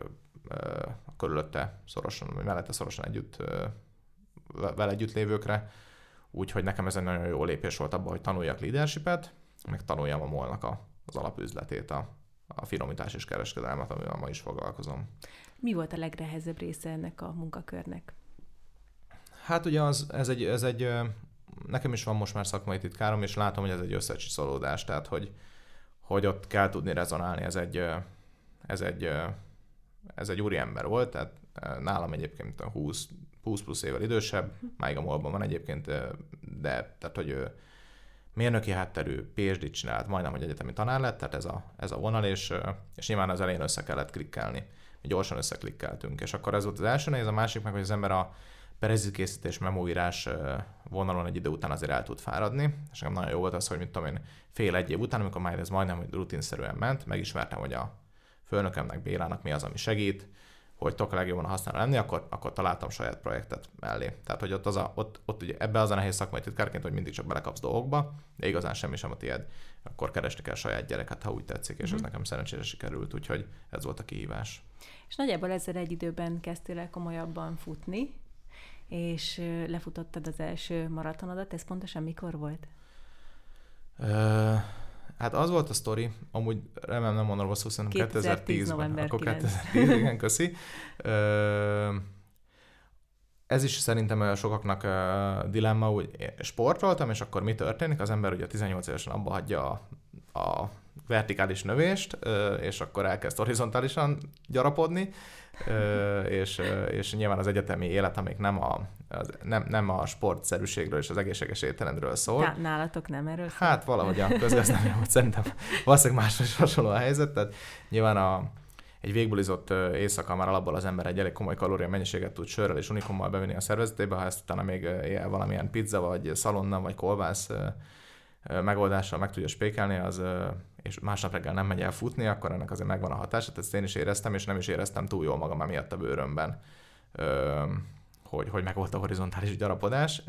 a körülötte szorosan, vagy mellette szorosan együtt, vele együtt lévőkre. Úgyhogy nekem ez egy nagyon jó lépés volt abban, hogy tanuljak leadershipet, meg tanuljam a molnak a, az alapüzletét, a, a finomítás és kereskedelmet, amivel ma is foglalkozom. Mi volt a legnehezebb része ennek a munkakörnek? Hát ugye az, ez, egy, ez egy, nekem is van most már szakmai titkárom, és látom, hogy ez egy összecsiszolódás, tehát hogy, hogy ott kell tudni rezonálni, ez egy, ez egy, ez egy úriember volt, tehát nálam egyébként húsz plusz évvel idősebb, máig a molban van egyébként, de tehát, hogy ő mérnöki hátterű, pé há dét csinált, majdnem, hogy egyetemi tanár lett, tehát ez a, ez a vonal, és, és nyilván az elején össze kellett klikkelni. Mi gyorsan összeklikkeltünk, és akkor ez volt az első nehéz, a másik meg, hogy az ember a prezidkészítés, memóírás vonalon egy idő után azért el tud fáradni, és nekem nagyon jó volt az, hogy mit tudom én, fél egy év után, amikor már ez majdnem hogy rutinszerűen ment, megismertem, hogy a főnökömnek, Bélának mi az, ami segít, hogy tudok a legjobban használni lenni, akkor, akkor találtam saját projektet mellé. Tehát, hogy ott, az a, ott, ott ugye ebbe az a nehéz szakmai titkárként, hogy mindig csak belekapsz dolgokba, de igazán semmi sem a tiéd, akkor keresni kell saját gyereket, ha úgy tetszik, és mm. ez nekem szerencsére sikerült, úgyhogy ez volt a kihívás. És nagyjából ezzel egy időben kezdtél el komolyabban futni, és lefutottad az első maratonodat, ez pontosan mikor volt? Uh, hát az volt a sztori, amúgy remélem nem mondom rosszul, szerintem kétezer-tízben. Akkor kétezer-tíz, igen, köszi. Uh, ez is szerintem olyan sokaknak uh, dilemma, hogy sportoltam, és akkor mi történik? Az ember ugye tizennyolc évesen abba hagyja a, a vertikális növést, és akkor elkezd horizontálisan gyarapodni, és, és nyilván az egyetemi élet, amik nem a, az, nem, nem a sportszerűségről és az egészséges étrendről szól. Nálatok nem erről szól? Hát valahogy a közgazdászban volt, szerintem valószínűleg másra is hasonló a helyzet, tehát nyilván a, egy végbulizott éjszaka már alapból az ember egy elég komoly kalória mennyiséget tud sörrel és unikummal bevinni a szervezetébe, ha ezt utána még él valamilyen pizza, vagy szalonna, vagy kolbász megoldással meg tudja spékelni, az, és másnap reggel nem megy el futni, akkor ennek azért megvan a hatása, ezt én is éreztem, és nem is éreztem túl jól magam emiatt a bőrömben, hogy, hogy meg volt a horizontális gyarapodás,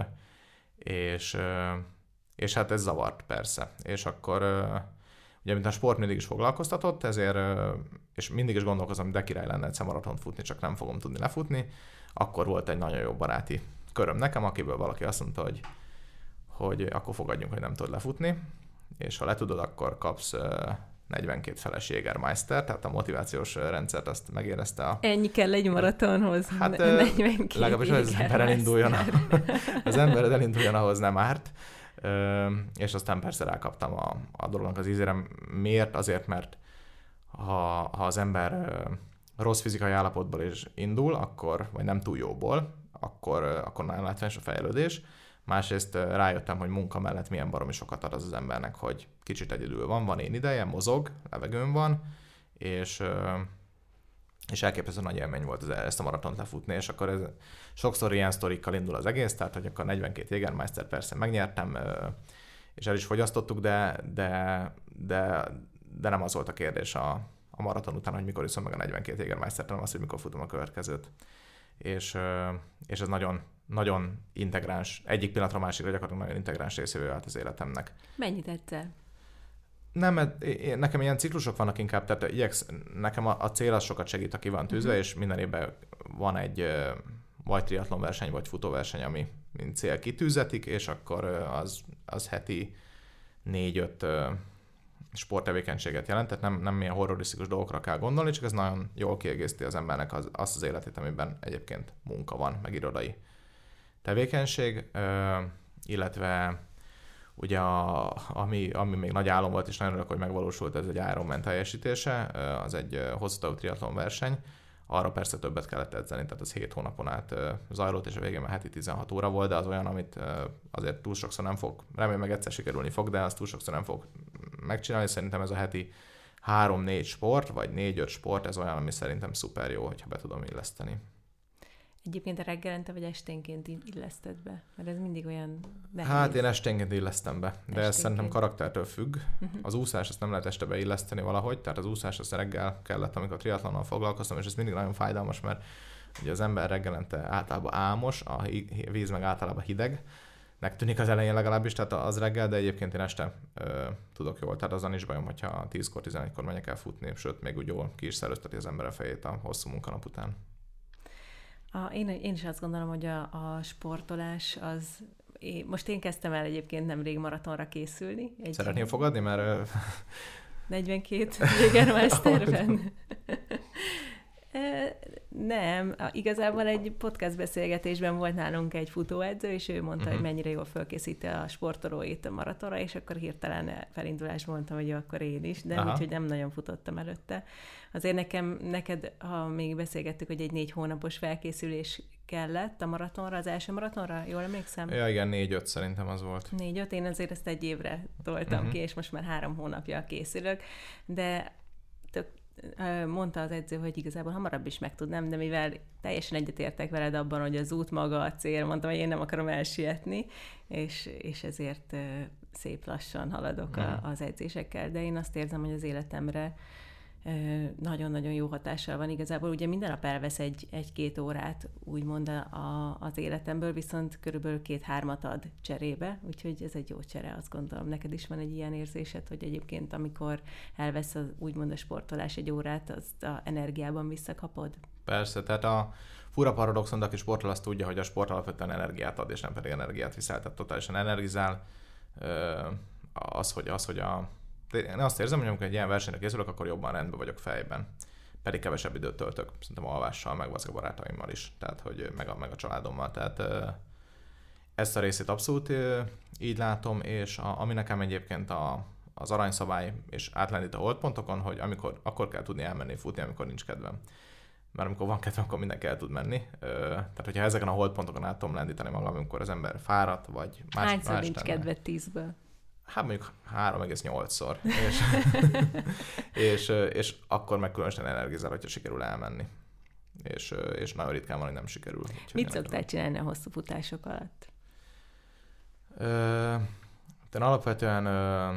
és, és hát ez zavart persze. És akkor, ugye mint a sport mindig is foglalkoztatott, ezért, és mindig is gondolkozom, de király lenne egyszer maratont futni, csak nem fogom tudni lefutni, akkor volt egy nagyon jó baráti köröm nekem, akiből valaki azt mondta, hogy hogy akkor fogadjunk, hogy nem tudod lefutni, és ha le tudod, akkor kapsz negyvenkét feles Jägermeister, tehát a motivációs rendszert azt megérezte a... Ennyi kell egy maratonhoz, hát, negyvenkét legalábbis az ember elinduljon, az ember elinduljon, ahhoz nem árt, és aztán persze rákaptam a, a dolognak az ízére. Miért? Azért, mert ha, ha az ember rossz fizikai állapotból is indul, akkor, vagy nem túl jóból, akkor, akkor nagyon látványos a fejlődés. Másrészt rájöttem, hogy munka mellett milyen baromi sokat ad az az embernek, hogy kicsit egyedül van, van én ideje, mozog, levegőn van, és, és elképesztő nagy élmény volt ezt a maratont lefutni, és akkor ez, sokszor ilyen sztorikkal indul az egész, tehát hogy akkor negyvenkét Jägermeister persze megnyertem, és el is fogyasztottuk, de, de, de, de nem az volt a kérdés a, a maraton után, hogy mikor iszom meg a negyvenkét Jägermeistert, hanem az, hogy mikor futom a következőt. És, és ez nagyon, nagyon integráns, egyik pillanatra a másikra gyakorlatilag nagyon integráns részévé vált az életemnek. Mennyit ettél? Nem, nekem ilyen ciklusok vannak inkább, tehát igyeksz, nekem a, a cél az sokat segít, aki van tűzve, uh-huh. és minden évben van egy vagy triatlon verseny, vagy futóverseny, ami mint cél kitűzetik, és akkor az, az heti négy-öt sporttevékenységet jelent, tehát nem, nem ilyen horrorisztikus dolgokra kell gondolni, csak ez nagyon jól kiegészíti az embernek az, azt az életét, amiben egyébként munka van, meg irodai tevékenység, illetve ugye a, ami, ami még nagy álom volt, és nagyon örülök, hogy megvalósult, ez egy Ironman teljesítése, az egy hosszú távú triatlon verseny, arra persze többet kellett edzeni, tehát az hét hónapon át zajlott, és a végén már heti tizenhat óra volt, de az olyan, amit azért túl sokszor nem fog, remélem meg egyszer sikerülni fog, de azt túl sokszor nem fog megcsinálni. Szerintem ez a heti három-négy sport, vagy négy-öt sport, ez olyan, ami szerintem szuper jó, hogyha be tudom illeszteni. Egyébként a reggelente vagy esténként illeszted be? Mert ez mindig olyan nehéz. Hát én esténként illesztem be, de esténként. Ez szerintem karaktertől függ. Uh-huh. Az úszás azt nem lehet este beilleszteni valahogy, tehát az úszás azt reggel kellett, amikor triatlonnal foglalkoztam, és ez mindig nagyon fájdalmas, mert ugye az ember reggelente általában álmos, a víz meg általában hideg, tűnik az elején legalábbis, tehát az reggel, de egyébként én este ö, tudok jól, tehát azon is bajom, hogyha tízkor, tizenegykor megyek el futni, sőt, még úgy jól ki is szerőzteti az ember a fejét a hosszú munkanap után. A, én, én is azt gondolom, hogy a, a sportolás az én, most én kezdtem el egyébként nemrég maratonra készülni. Egy Szeretném fogadni, mert... negyvenkét Jägermeisterben. Nem, igazából egy podcast beszélgetésben volt nálunk egy futóedző, és ő mondta, uh-huh. hogy mennyire jól fölkészíti a sportolóit a maratonra, és akkor hirtelen felindulásban mondtam, hogy jó, akkor én is, de úgyhogy nem nagyon futottam előtte. Azért nekem, neked, ha még beszélgettük, hogy egy négy hónapos felkészülés kellett a maratonra, az első maratonra, jól emlékszem? Ja, igen, négy-öt szerintem az volt. négy-öt, én azért ezt egy évre toltam uh-huh. ki, és most már három hónapja készülök, de tök mondta az edző, hogy igazából hamarabb is megtudnám, de mivel teljesen egyetértek veled abban, hogy az út maga a cél, mondtam, hogy én nem akarom elsietni, és, és ezért szép lassan haladok a, az edzésekkel, de én azt érzem, hogy az életemre nagyon-nagyon jó hatással van igazából. Ugye minden nap elvesz egy, egy-két órát, úgymond a, az életemből, viszont körülbelül két-hármat ad cserébe, úgyhogy ez egy jó csere, azt gondolom. Neked is van egy ilyen érzésed, hogy egyébként amikor elvesz az, úgymond a sportolás egy órát, azt a energiában visszakapod? Persze, tehát a fura paradoxon, de aki sportol, azt tudja, hogy a sport alapvetően energiát ad, és nem pedig energiát viszel, tehát totálisan energizál. Az, hogy, az, hogy a én azt érzem, hogy amikor egy ilyen versenyre készülök, akkor jobban rendben vagyok fejben. Pedig kevesebb időt töltök, szerintem alvással, meg a barátaimmal is, tehát hogy meg a, meg a családommal. Tehát ezt a részét abszolút így látom, és a, ami nekem egyébként a, az aranyszabály, és átlendít a holdpontokon, hogy amikor, akkor kell tudni elmenni futni, amikor nincs kedvem. Mert amikor van kedvem, akkor mindenki el tud menni. Tehát, hogyha ezeken a holdpontokon át tudom lendíteni magam, amikor az ember fáradt, vagy más... Hányszor más nincs tenne. kedved tízből? Hát mondjuk három egész nyolcszor. És, és, és akkor meg különösen energizál, hogyha sikerül elmenni. És, és nagyon ritkán van, hogy nem sikerül. Mit szoktál csinálni a hosszú futások alatt? Ö, én alapvetően ö,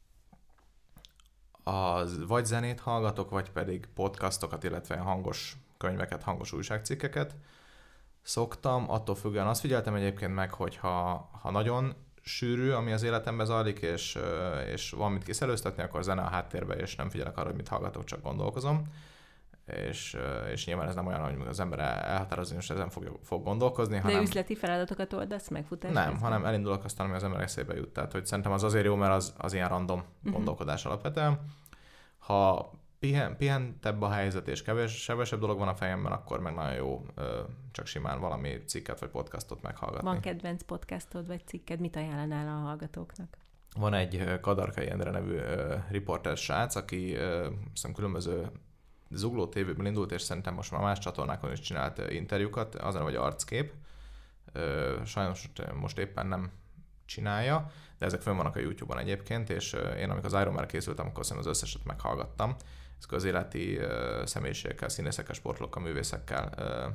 az vagy zenét hallgatok, vagy pedig podcastokat, illetve hangos könyveket, hangos újságcikkeket szoktam. Attól függően azt figyeltem egyébként meg, hogy ha, ha nagyon sűrű, ami az életemben zajlik, és, és van mit kiszelőztetni, akkor zene a háttérbe, és nem figyelek arra, hogy mit hallgatok, csak gondolkozom. És, és nyilván ez nem olyan, hogy az ember elhatározni, és ezen fog, fog gondolkozni. De hanem... üzleti feladatokat oldasz meg futás? Nem, közben? Hanem elindulok aztán, ami az ember eszébe jut. Tehát, hogy szerintem az azért jó, mert az, az ilyen random uh-huh. gondolkodás alapvetően. Ha pihen, pihentebb a helyzet, és kevés, kevesebb dolog van a fejemben, akkor meg nagyon jó csak simán valami cikket vagy podcastot meghallgatni. Van kedvenc podcastod vagy cikked? Mit ajánlanál a hallgatóknak? Van egy Kadarkai Endre nevű riporter srác, aki hiszem különböző Zugló tévében indult, és szerintem most már más csatornákon is csinált interjúkat, az a neve, hogy Arckép. Sajnos most éppen nem csinálja, de ezek fönn vannak a YouTube-on egyébként, és én amikor az Ironman-re készültem, akkor szerintem az összeset meghallgattam. Ez közéleti személyiségekkel, színészekkel, sportolókkal, művészekkel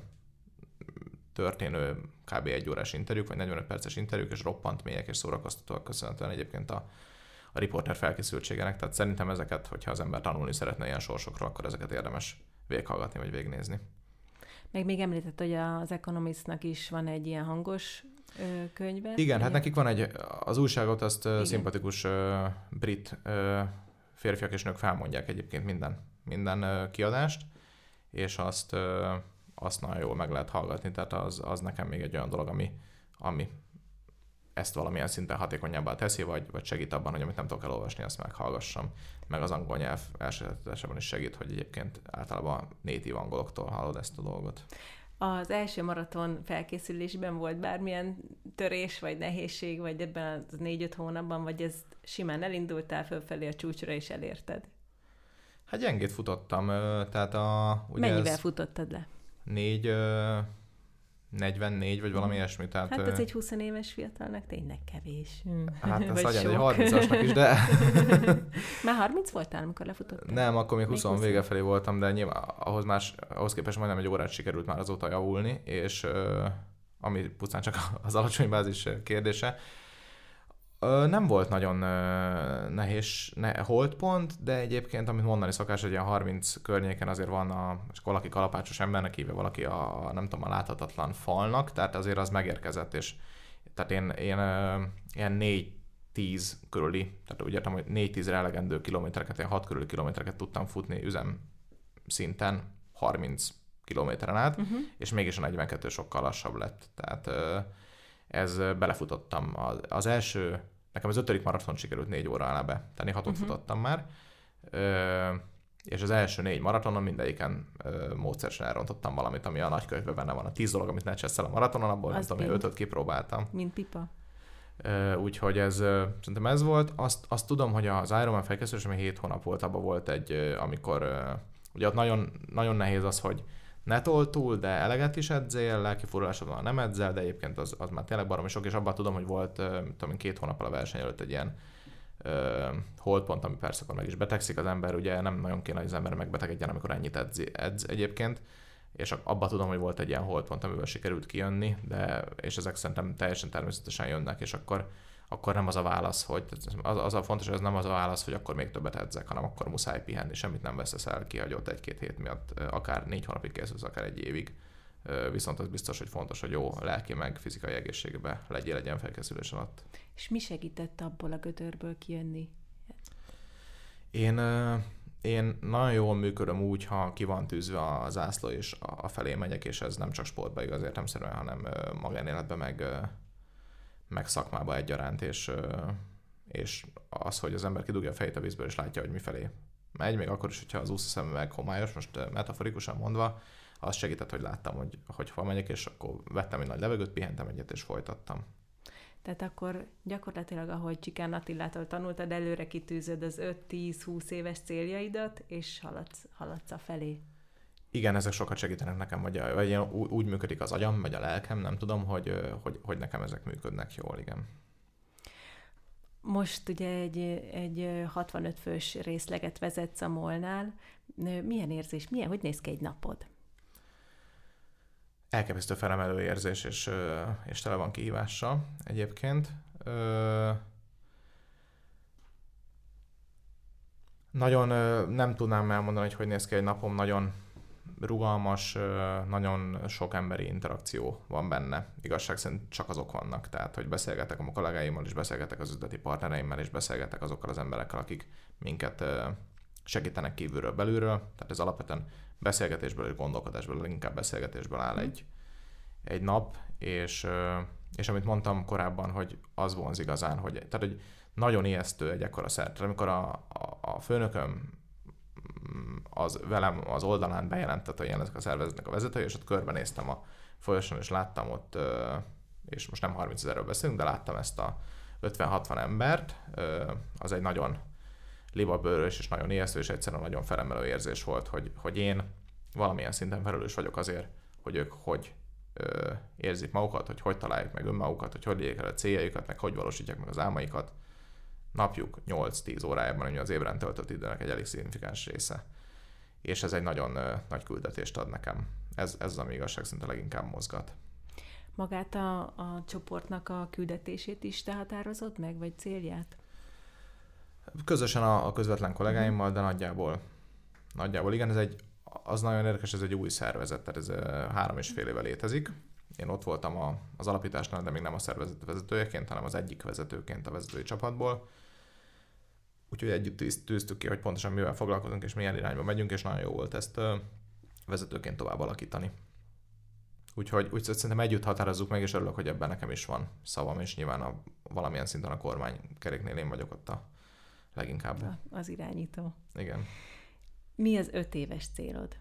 történő kb. egy órás interjúk, vagy negyvenöt perces interjúk, és roppant mélyek és szórakoztatóak köszönhetően egyébként a, a riporter felkészültségenek. Tehát szerintem ezeket, hogyha az ember tanulni szeretne ilyen sorsokról, akkor ezeket érdemes végighallgatni, vagy végignézni. Meg még említett, hogy az Economistnak is van egy ilyen hangos ö, könyve. Igen, ilyen? Hát nekik van egy, az újságot azt Igen. szimpatikus ö, brit ö, férfiak és nők felmondják egyébként minden, minden ö, kiadást, és azt, ö, azt nagyon jól meg lehet hallgatni, tehát az, az nekem még egy olyan dolog, ami, ami ezt valamilyen szinten hatékonyabbá teszi, vagy, vagy segít abban, hogy amit nem tudok elolvasni, azt meghallgassam. Meg az angol nyelv elsajátításában is segít, hogy egyébként általában native angoloktól hallod ezt a dolgot. Az első maraton felkészülésben volt bármilyen törés, vagy nehézség, vagy ebben az négy-öt hónapban, vagy ez simán elindultál fölfelé a csúcsra, és elérted? Hát gyengét futottam, tehát a... Ugye Mennyivel futottad le? Négy... negyvennégy, vagy valami ilyesmi. Tehát, hát ez egy húsz éves fiatalnak tényleg kevés. Hát ez legyen egy harmincasnak is, de... Már harminc voltál, amikor lefutottál? Nem, akkor még húsz vége felé voltam, de nyilván ahhoz, más, ahhoz képest majdnem egy órát sikerült már azóta javulni, és uh, ami pusztán csak az alacsony bázis kérdése. Uh, nem volt nagyon uh, nehéz ne, holdpont, de egyébként, amit mondani szokás, hogy ilyen harminc környéken azért van, a, és valaki kalapácsos embernek hívja, valaki a, nem tudom, a láthatatlan falnak, tehát azért az megérkezett, és tehát én, én uh, ilyen négy-tíz körüli, tehát úgy értem, hogy négy-tízre elegendő kilométereket, ilyen hat körüli kilométereket tudtam futni üzem szinten, harminc kilométeren át, uh-huh. és mégis a negyvenkettő sokkal lassabb lett, tehát uh, ez belefutottam. Az, az első, nekem az ötödik maraton sikerült négy óra alá betenni, hatot uh-huh. futottam már, ö, és az első négy maratonon mindegyiken ö, módszeresen elrontottam valamit, ami a nagykönyvben benne van. A tíz dolog, amit ne csesszel a maratonon, abból nem tudom, ötöt kipróbáltam. Mint pipa. Ö, úgyhogy ez, ö, szerintem ez volt. Azt, azt tudom, hogy az Ironman felkészülés, ami hét hónap volt, abban volt egy, ö, amikor ö, ugye ott nagyon, nagyon nehéz az, hogy ne tol túl, de eleget is edzél, lelki furulásodban nem edzel, de egyébként az, az már tényleg baromi sok, és abban tudom, hogy volt tudom, két hónappal a verseny előtt egy ilyen uh, holdpont, ami persze akkor meg is betegszik az ember, ugye nem nagyon kéne, hogy az ember megbetegedjen, amikor ennyit edz, edz egyébként, és abban tudom, hogy volt egy ilyen holdpont, amivel sikerült kijönni, de, és ezek szerintem teljesen természetesen jönnek, és akkor akkor nem az a válasz, hogy az, az a fontos, hogy ez nem az a válasz, hogy akkor még többet edzek, hanem akkor muszáj pihenni, semmit nem veszesz el, kihagyott egy-két hét miatt, akár négy hónapig készülsz, akár egy évig. Viszont az biztos, hogy fontos, hogy jó lelki meg fizikai egészségben legyél egy ilyen felkészülésen ott. És mi segített abból a gödörből kijönni? Én, én nagyon jól működöm úgy, ha ki van tűzve a zászló, és a felé megyek, és ez nem csak sportban igaz értelemszerűen, hanem magánéletben meg meg szakmába egyaránt, és, és az, hogy az ember kidugja a fejét a vízből, és látja, hogy mifelé megy, még akkor is, hogyha az úszószemüveg homályos, most metaforikusan mondva, az segített, hogy láttam, hogy, hogy hova megyek, és akkor vettem egy nagy levegőt, pihentem egyet, és folytattam. Tehát akkor gyakorlatilag, ahogy Csikán Attilától tanultad, előre kitűzöd az öt-tíz-húsz éves céljaidat, és haladsz, haladsz a felé. Igen, ezek sokat segítenek nekem, vagy, vagy úgy működik az agyam, vagy a lelkem, nem tudom, hogy, hogy, hogy nekem ezek működnek jól, igen. Most ugye egy, egy hatvanöt fős részleget vezetsz a MOL-nál. Milyen érzés, milyen, hogy néz ki egy napod? Elképesztő felemelő érzés, és, és tele van kihívással egyébként. Nagyon nem tudnám elmondani, hogy hogy néz ki egy napom, nagyon rugalmas, nagyon sok emberi interakció van benne. Igazság szerint csak azok vannak, tehát hogy beszélgetek a kollégáimmal, és beszélgetek az üzleti partnereimmel, és beszélgetek azokkal az emberekkel, akik minket segítenek kívülről, belülről. Tehát ez alapvetően beszélgetésből és gondolkodásból, inkább beszélgetésből áll egy, egy nap, és, és amit mondtam korábban, hogy az vonz igazán, hogy, tehát, hogy nagyon ijesztő egy ekkora szert. Amikor a, a, a főnököm az velem az oldalán bejelentett, hogy ilyen ezek a szervezetnek a vezetője, és ott körbenéztem a folyosón, és láttam ott, és most nem harmincezerről beszélünk, de láttam ezt a ötven-hatvan embert, az egy nagyon libabőrös és nagyon ijesztő, és egyszerűen nagyon felemelő érzés volt, hogy, hogy én valamilyen szinten felelős vagyok azért, hogy ők hogy érzik magukat, hogy hogy találják meg önmagukat, hogy hogy érjék el a céljaikat, meg hogy valósítják meg az álmaikat. Napjuk nyolc-tíz órájában, ami az ébren töltött időnek egy elég szignifikáns része. És ez egy nagyon uh, nagy küldetést ad nekem. Ez, ez az, ami igazság szinte leginkább mozgat. Magát a, a csoportnak a küldetését is te határozod meg, vagy célját? Közösen a, a közvetlen kollégáimmal, de nagyjából, nagyjából igen, ez egy, az nagyon érdekes, ez egy új szervezet, tehát ez uh, három és fél éve létezik. Én ott voltam a, az alapításnál, de még nem a szervezet vezetőjeként, hanem az egyik vezetőként a vezetői csapatból. Úgyhogy együtt tűztük ki, hogy pontosan mivel foglalkozunk, és milyen irányba megyünk, és nagyon jó volt ezt uh, vezetőként tovább alakítani. Úgyhogy, úgyhogy szerintem együtt határozzuk meg, és örülök, hogy ebben nekem is van szavam, és nyilván a, valamilyen szinten a kormánykeréknél én vagyok ott a leginkább. A, az irányító. Igen. Mi az öt éves célod?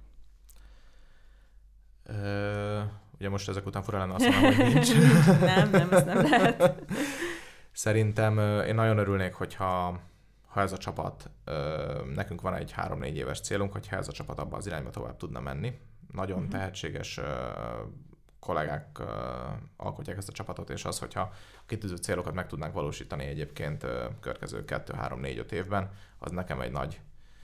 Ö, ugye most ezek után fura lenne azt mondom, hogy nincs. nem, nem, ez nem lehet. Szerintem én nagyon örülnék, hogyha ha ez a csapat, nekünk van egy három-négy éves célunk, hogyha ez a csapat abban az irányba tovább tudna menni. Nagyon uh-huh. tehetséges kollégák alkotják ezt a csapatot, és az, hogyha a kitűzött célokat meg tudnánk valósítani egyébként következő kettő, három, négy, öt évben, az nekem egy nagy,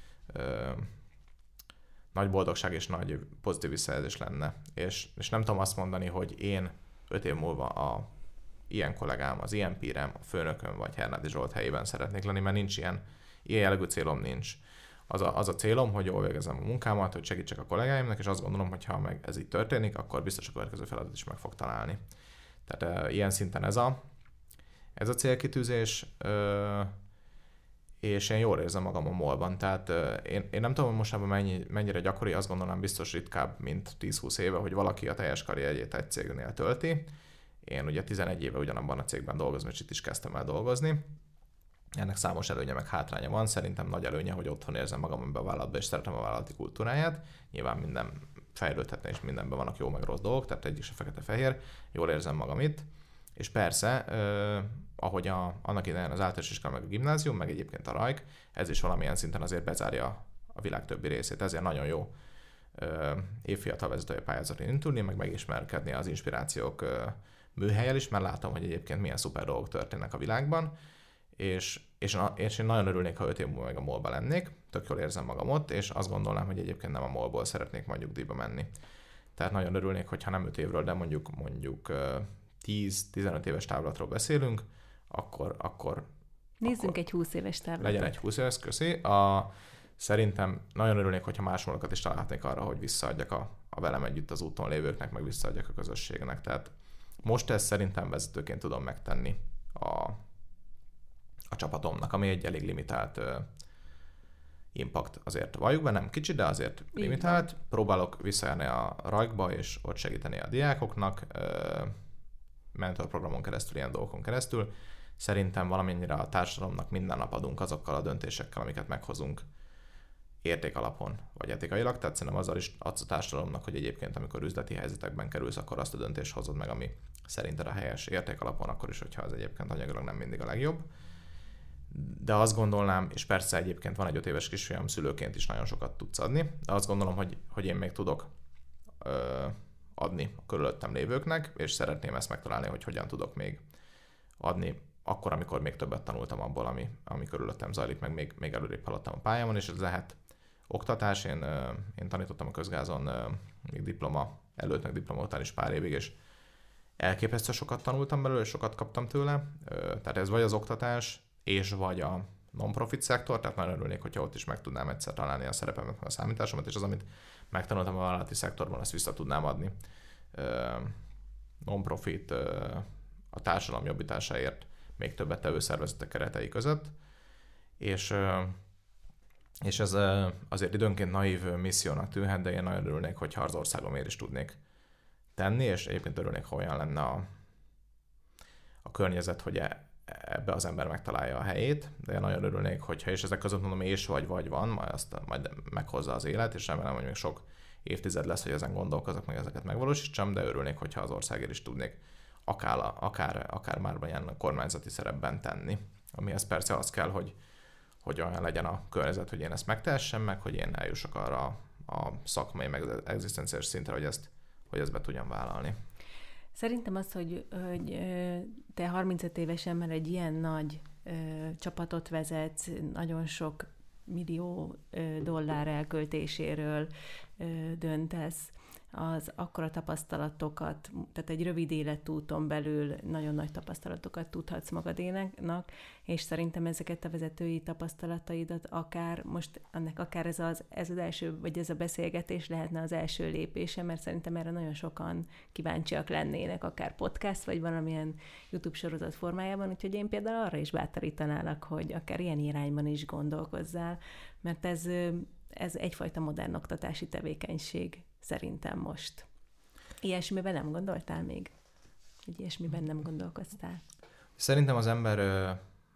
nagy boldogság és nagy pozitív visszajelzés lenne. És, és nem tudom azt mondani, hogy én öt év múlva a ilyen kollégám, az ilyen pírem, a főnököm vagy Hernádi Zsolt helyében szeretnék lenni, mert nincs ilyen, ilyen jellegű célom nincs. Az a, az a célom, hogy jól végezem a munkámat, hogy segítsek a kollégáimnak, és azt gondolom, hogy ha meg ez így történik, akkor biztos a következő feladat is meg fog találni. Tehát e, ilyen szinten ez a, ez a célkitűzés, e, és én jól érzem magam a MOL-ban. Tehát e, én, én nem tudom, hogy mostában mennyi, mennyire gyakori, azt gondolom biztos ritkább, mint tíz-húsz éve, hogy valaki a teljes karrierjét egy cégnél tölti, Én ugye tizenegy éve ugyanabban a cégben dolgozom, és itt is kezdtem el dolgozni. Ennek számos előnye meg hátránya van. Szerintem nagy előnye, hogy otthon érzem magam ebben a vállalatban, és szeretem a vállalati kultúráját. Nyilván minden fejlődhetne, és mindenben vannak jó meg rossz dolgok, tehát egyik se fekete-fehér. Jól érzem magam itt. És persze, eh, ahogy a, annak idején az általános iskola, meg a gimnázium, meg egyébként a rajk, ez is valamilyen szinten azért bezárja a világ többi részét. Ezért nagyon jó eh, évfiatal vezetői pályázaton indulni, meg megismerkedni az inspirációk eh, műhellyel is, mert látom, hogy egyébként milyen szuper dolgok történnek a világban, és, és, és én nagyon örülnék, ha öt év múlva meg a MOL-ba lennék, tök jól érzem magam ott, és azt gondolnám, hogy egyébként nem a MOL-ból szeretnék majd nyugdíjba menni. Tehát nagyon örülnék, hogyha nem öt évről, de mondjuk mondjuk tíz-tizenöt éves távlatról beszélünk, akkor... akkor Nézzünk akkor egy húsz éves távlatot. Legyen egy húsz éves, köszi. A, szerintem nagyon örülnék, hogyha másokat is találhatnék arra, hogy visszaadjak a, a velem együtt az úton lévőknek, meg visszaadjak a közösségnek. Tehát most ezt szerintem vezetőként tudom megtenni a, a csapatomnak, ami egy elég limitált uh, impact. Azért valljuk be, nem kicsi, de azért limitált. Próbálok visszajárni a rajkba, és ott segíteni a diákoknak, uh, mentorprogramon keresztül, ilyen dolgokon keresztül. Szerintem valamennyire a társadalomnak minden nap adunk azokkal a döntésekkel, amiket meghozunk érték alapon, vagy etikailag. Tehát szerintem azzal is adsz a társadalomnak, hogy egyébként amikor üzleti helyzetekben kerülsz, akkor azt a döntést hozod meg, ami szerinted a helyes érték alapon, akkor is, hogyha az egyébként anyagilag nem mindig a legjobb. De azt gondolnám, és persze egyébként van egy öt éves kisfiam, szülőként is nagyon sokat tudsz adni, de azt gondolom, hogy, hogy én még tudok ö, adni a körülöttem lévőknek, és szeretném ezt megtalálni, hogy hogyan tudok még adni akkor, amikor még többet tanultam abból, ami, ami körülöttem zajlik, meg még, még előrébb haladtam a pályámon, és ez lehet oktatás. Én, én tanítottam a közgázon még diploma előtt, meg diploma után is pár évig, és elképesztő sokat tanultam belőle, és sokat kaptam tőle. Tehát ez vagy az oktatás, és vagy a non-profit szektor, tehát nagyon örülnék, hogyha ott is meg tudnám egyszer találni a szerepemet, a számításomat, és az, amit megtanultam a vállalati szektorban, azt vissza tudnám adni. Non-profit a társadalom jobbításáért még többet tevő szervezetek keretei között, és, és ez azért időnként naív missziónak tűnhet, de én nagyon örülnék, hogyha az országomért is tudnék tenni, és egyébként örülnék, ha olyan lenne a, a környezet, hogy ebbe az ember megtalálja a helyét, de én nagyon örülnék, hogyha, és ezek között mondom, és vagy vagy van, majd azt majd meghozza az élet, és remélem, hogy még sok évtized lesz, hogy ezen gondolkozok, meg ezeket megvalósítsam, de örülnék, hogyha az országért is tudnék akár, akár, akár már ilyen kormányzati szerepben tenni. Amihez persze az kell, hogy, hogy olyan legyen a környezet, hogy én ezt megtehessem, meg hogy én eljussak arra a szakmai, meg egzisztenciális szintre, hogy ezt, hogy ezt be tudjam vállalni. Szerintem az, hogy, hogy te harmincöt évesen már egy ilyen nagy ö, csapatot vezetsz, nagyon sok millió ö, dollár elköltéséről ö, döntesz, az akkora tapasztalatokat, tehát egy rövid életúton belül nagyon nagy tapasztalatokat tudhatsz magadénak, és szerintem ezeket a vezetői tapasztalataidat akár, most ennek akár ez az, ez az első, vagy ez a beszélgetés lehetne az első lépése, mert szerintem erre nagyon sokan kíváncsiak lennének, akár podcast, vagy valamilyen YouTube sorozat formájában, úgyhogy én például arra is bátorítanálak, hogy akár ilyen irányban is gondolkozzál, mert ez, ez egyfajta modern oktatási tevékenység szerintem most. Ilyesmiben nem gondoltál még? Hogy ilyesmiben nem gondolkoztál? Szerintem az ember ö,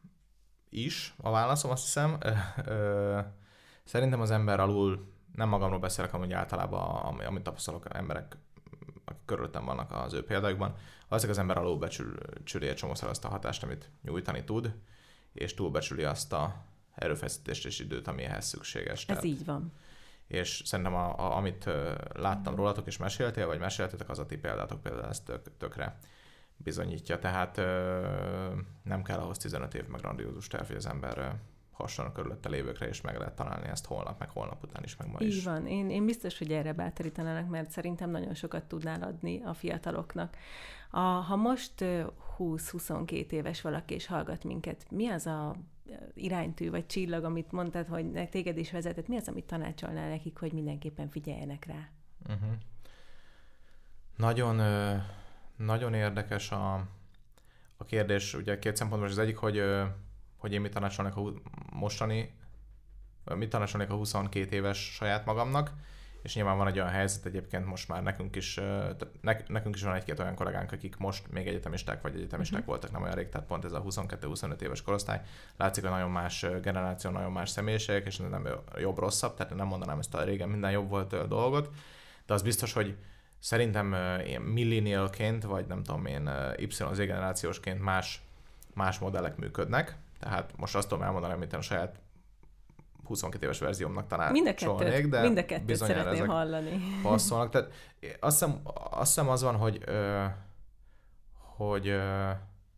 is, a válaszom azt hiszem, ö, ö, szerintem az ember alul, nem magamról beszélek, amúgy általában, amit tapasztalok emberek, akik körülöttem vannak az ő példájukban, azért az ember alul becsüli egy csomószor azt a hatást, amit nyújtani tud, és túlbecsüli azt a erőfeszítést és időt, ami ehhez szükséges. Ez Tehát, így van. És szerintem, a, a, amit uh, láttam rólatok és meséltél, vagy meséltetek, az a ti példátok például ezt tök, tökre bizonyítja. Tehát uh, nem kell ahhoz tizenöt év meg grandiózus terv, hogy az ember uh, hasonló körülötte lévőkre, és meg lehet találni ezt holnap, meg holnap után is, meg ma is. Így van. Én, én biztos, hogy erre bátorítanának, mert szerintem nagyon sokat tudnál adni a fiataloknak. A, ha most uh, húsz-huszonkettő éves valaki és hallgat minket, mi az a iránytű vagy csillag, amit mondtad, hogy téged is vezetett, mi az, amit tanácsolnál nekik, hogy mindenképpen figyeljenek rá? Uh-huh. Nagyon, nagyon érdekes a, a kérdés, ugye két szempontból az egyik, hogy, hogy én mit tanácsolnék a mostani, mit tanácsolnék a huszonkét éves saját magamnak, és nyilván van egy olyan helyzet egyébként most már nekünk is, tehát nekünk is van egy-két olyan kollégánk, akik most még egyetemisták vagy egyetemisták uh-huh. voltak nem olyan rég, tehát pont ez a huszonkettő-huszonöt éves korosztály. Látszik, hogy nagyon más generáció, nagyon más személyiségek, és nem jobb-rosszabb, tehát nem mondanám ezt a régen minden jobb volt dolgot, de az biztos, hogy szerintem ilyen millennialként, vagy nem tudom én, Y Z generációsként más, más modellek működnek, tehát most azt tudom elmondani, amit a saját huszonkét éves verziómnak tanácsolnék, de mind a kettőt szeretném hallani. Passzolnak. Tehát azt hiszem, azt hiszem az van, hogy, ö, hogy ö,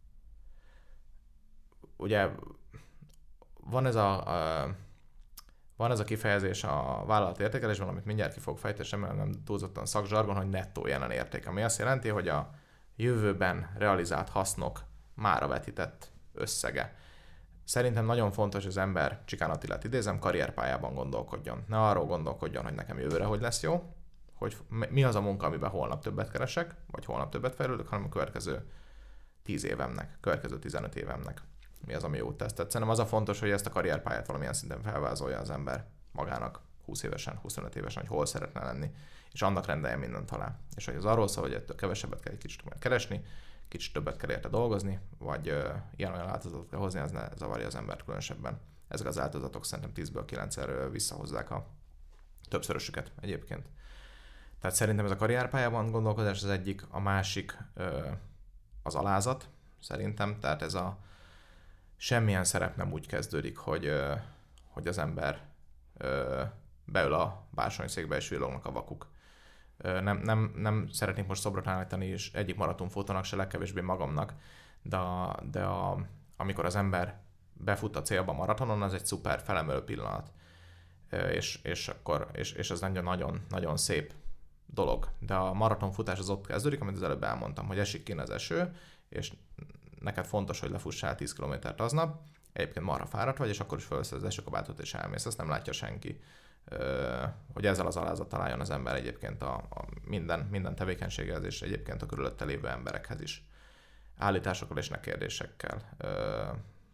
ugye van ez a, a van ez a kifejezés a vállalati értékelésben, amit mindjárt ki fog fejteni, sem nem túlzottan szakzsargon, hogy nettó jelen érték, ami azt jelenti, hogy a jövőben realizált hasznok mára vetített összege. Szerintem nagyon fontos, hogy az ember, Csikán Attilát idézem, karrierpályában gondolkodjon. Ne arról gondolkodjon, hogy nekem jövőre hogy lesz jó, hogy mi az a munka, amiben holnap többet keresek, vagy holnap többet fejlődök, hanem a következő tíz évemnek, következő tizenöt évemnek mi az, ami jót tesz. Tehát szerintem az a fontos, hogy ezt a karrierpályát valamilyen szinten felvázolja az ember magának húsz évesen, huszonöt évesen, hogy hol szeretne lenni, és annak rendelje mindent alá. És hogy az arról szól, hogy ettől kevesebbet kell egy kicsit keresni, kicsit többet kell érte dolgozni, vagy uh, ilyen-olyan változatot kell hozni, az ne zavarja az embert különösebben. Ezek az változatok szerintem tízből kilencszer visszahozzák a többszörösüket egyébként. Tehát szerintem ez a karrierpályában gondolkodás az egyik, a másik uh, az alázat, szerintem, tehát ez a semmilyen szerep nem úgy kezdődik, hogy, uh, hogy az ember uh, beül a bársonyszékbe és villognak a vakuk. Nem, nem, nem szeretnék most szobrot állítani, és egyik maratonfutónak se legkevésbé magamnak, de, a, de a, amikor az ember befut a célba maratonon, az egy szuper felemelő pillanat. És, és, akkor, és, és ez nagyon, nagyon szép dolog. De a maratonfutás az ott kezdődik, amit az előbb elmondtam, hogy esik ki az eső, és neked fontos, hogy lefussál tíz kilométert aznap, egyébként marha fáradt vagy, és akkor is felveszed az esőkabátot és elmész, azt nem látja senki. Hogy ezzel az alázattal álljon az ember egyébként a, a minden, minden tevékenységhez, és egyébként a körülötte lévő emberekhez is. Állításokkal és ne kérdésekkel. Ö,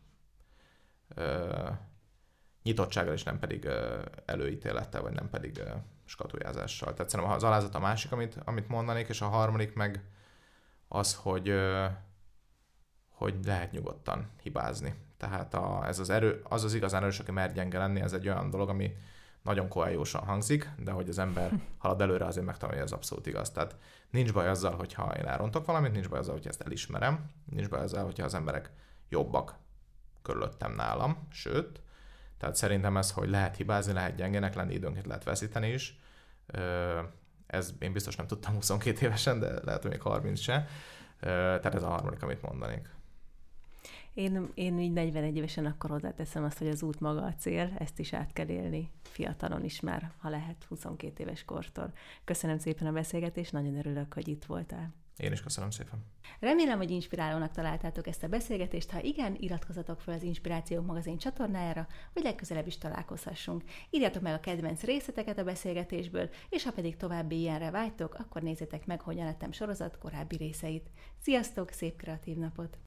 ö, nyitottsággal és nem pedig ö, előítélettel, vagy nem pedig ö, skatujázással. Tehát szerintem az alázat a másik, amit, amit mondanék, és a harmadik meg az, hogy, ö, hogy lehet nyugodtan hibázni. Tehát a, ez az erő, az az igazán erős, aki mer gyenge lenni, ez egy olyan dolog, ami nagyon koaljósan hangzik, de hogy az ember halad előre, azért megtanulja, hogy ez abszolút igaz. Tehát nincs baj azzal, hogyha én elrontok valamit, nincs baj azzal, hogyha ezt elismerem, nincs baj azzal, hogyha az emberek jobbak körülöttem nálam, sőt, tehát szerintem ez, hogy lehet hibázni, lehet gyengének lenni, időnként lehet veszíteni is. Ez én biztos nem tudtam huszonkét évesen, de lehet, hogy még harminc se. Tehát ez a harmadik, amit mondanék. Én, én így negyvenegy évesen akkor hozzáteszem azt, hogy az út maga a cél, ezt is át kell élni fiatalon is már, ha lehet, huszonkét éves kortól. Köszönöm szépen a beszélgetést, nagyon örülök, hogy itt voltál. Én is köszönöm szépen. Remélem, hogy inspirálónak találtátok ezt a beszélgetést. Ha igen, iratkozzatok fel az Inspirációk magazin csatornájára, hogy legközelebb is találkozhassunk. Írjátok meg a kedvenc részleteket a beszélgetésből, és ha pedig további ilyenre vágytok, akkor nézzétek meg Hogyan lettem sorozat korábbi részeit. Sziasztok, szép kreatív napot!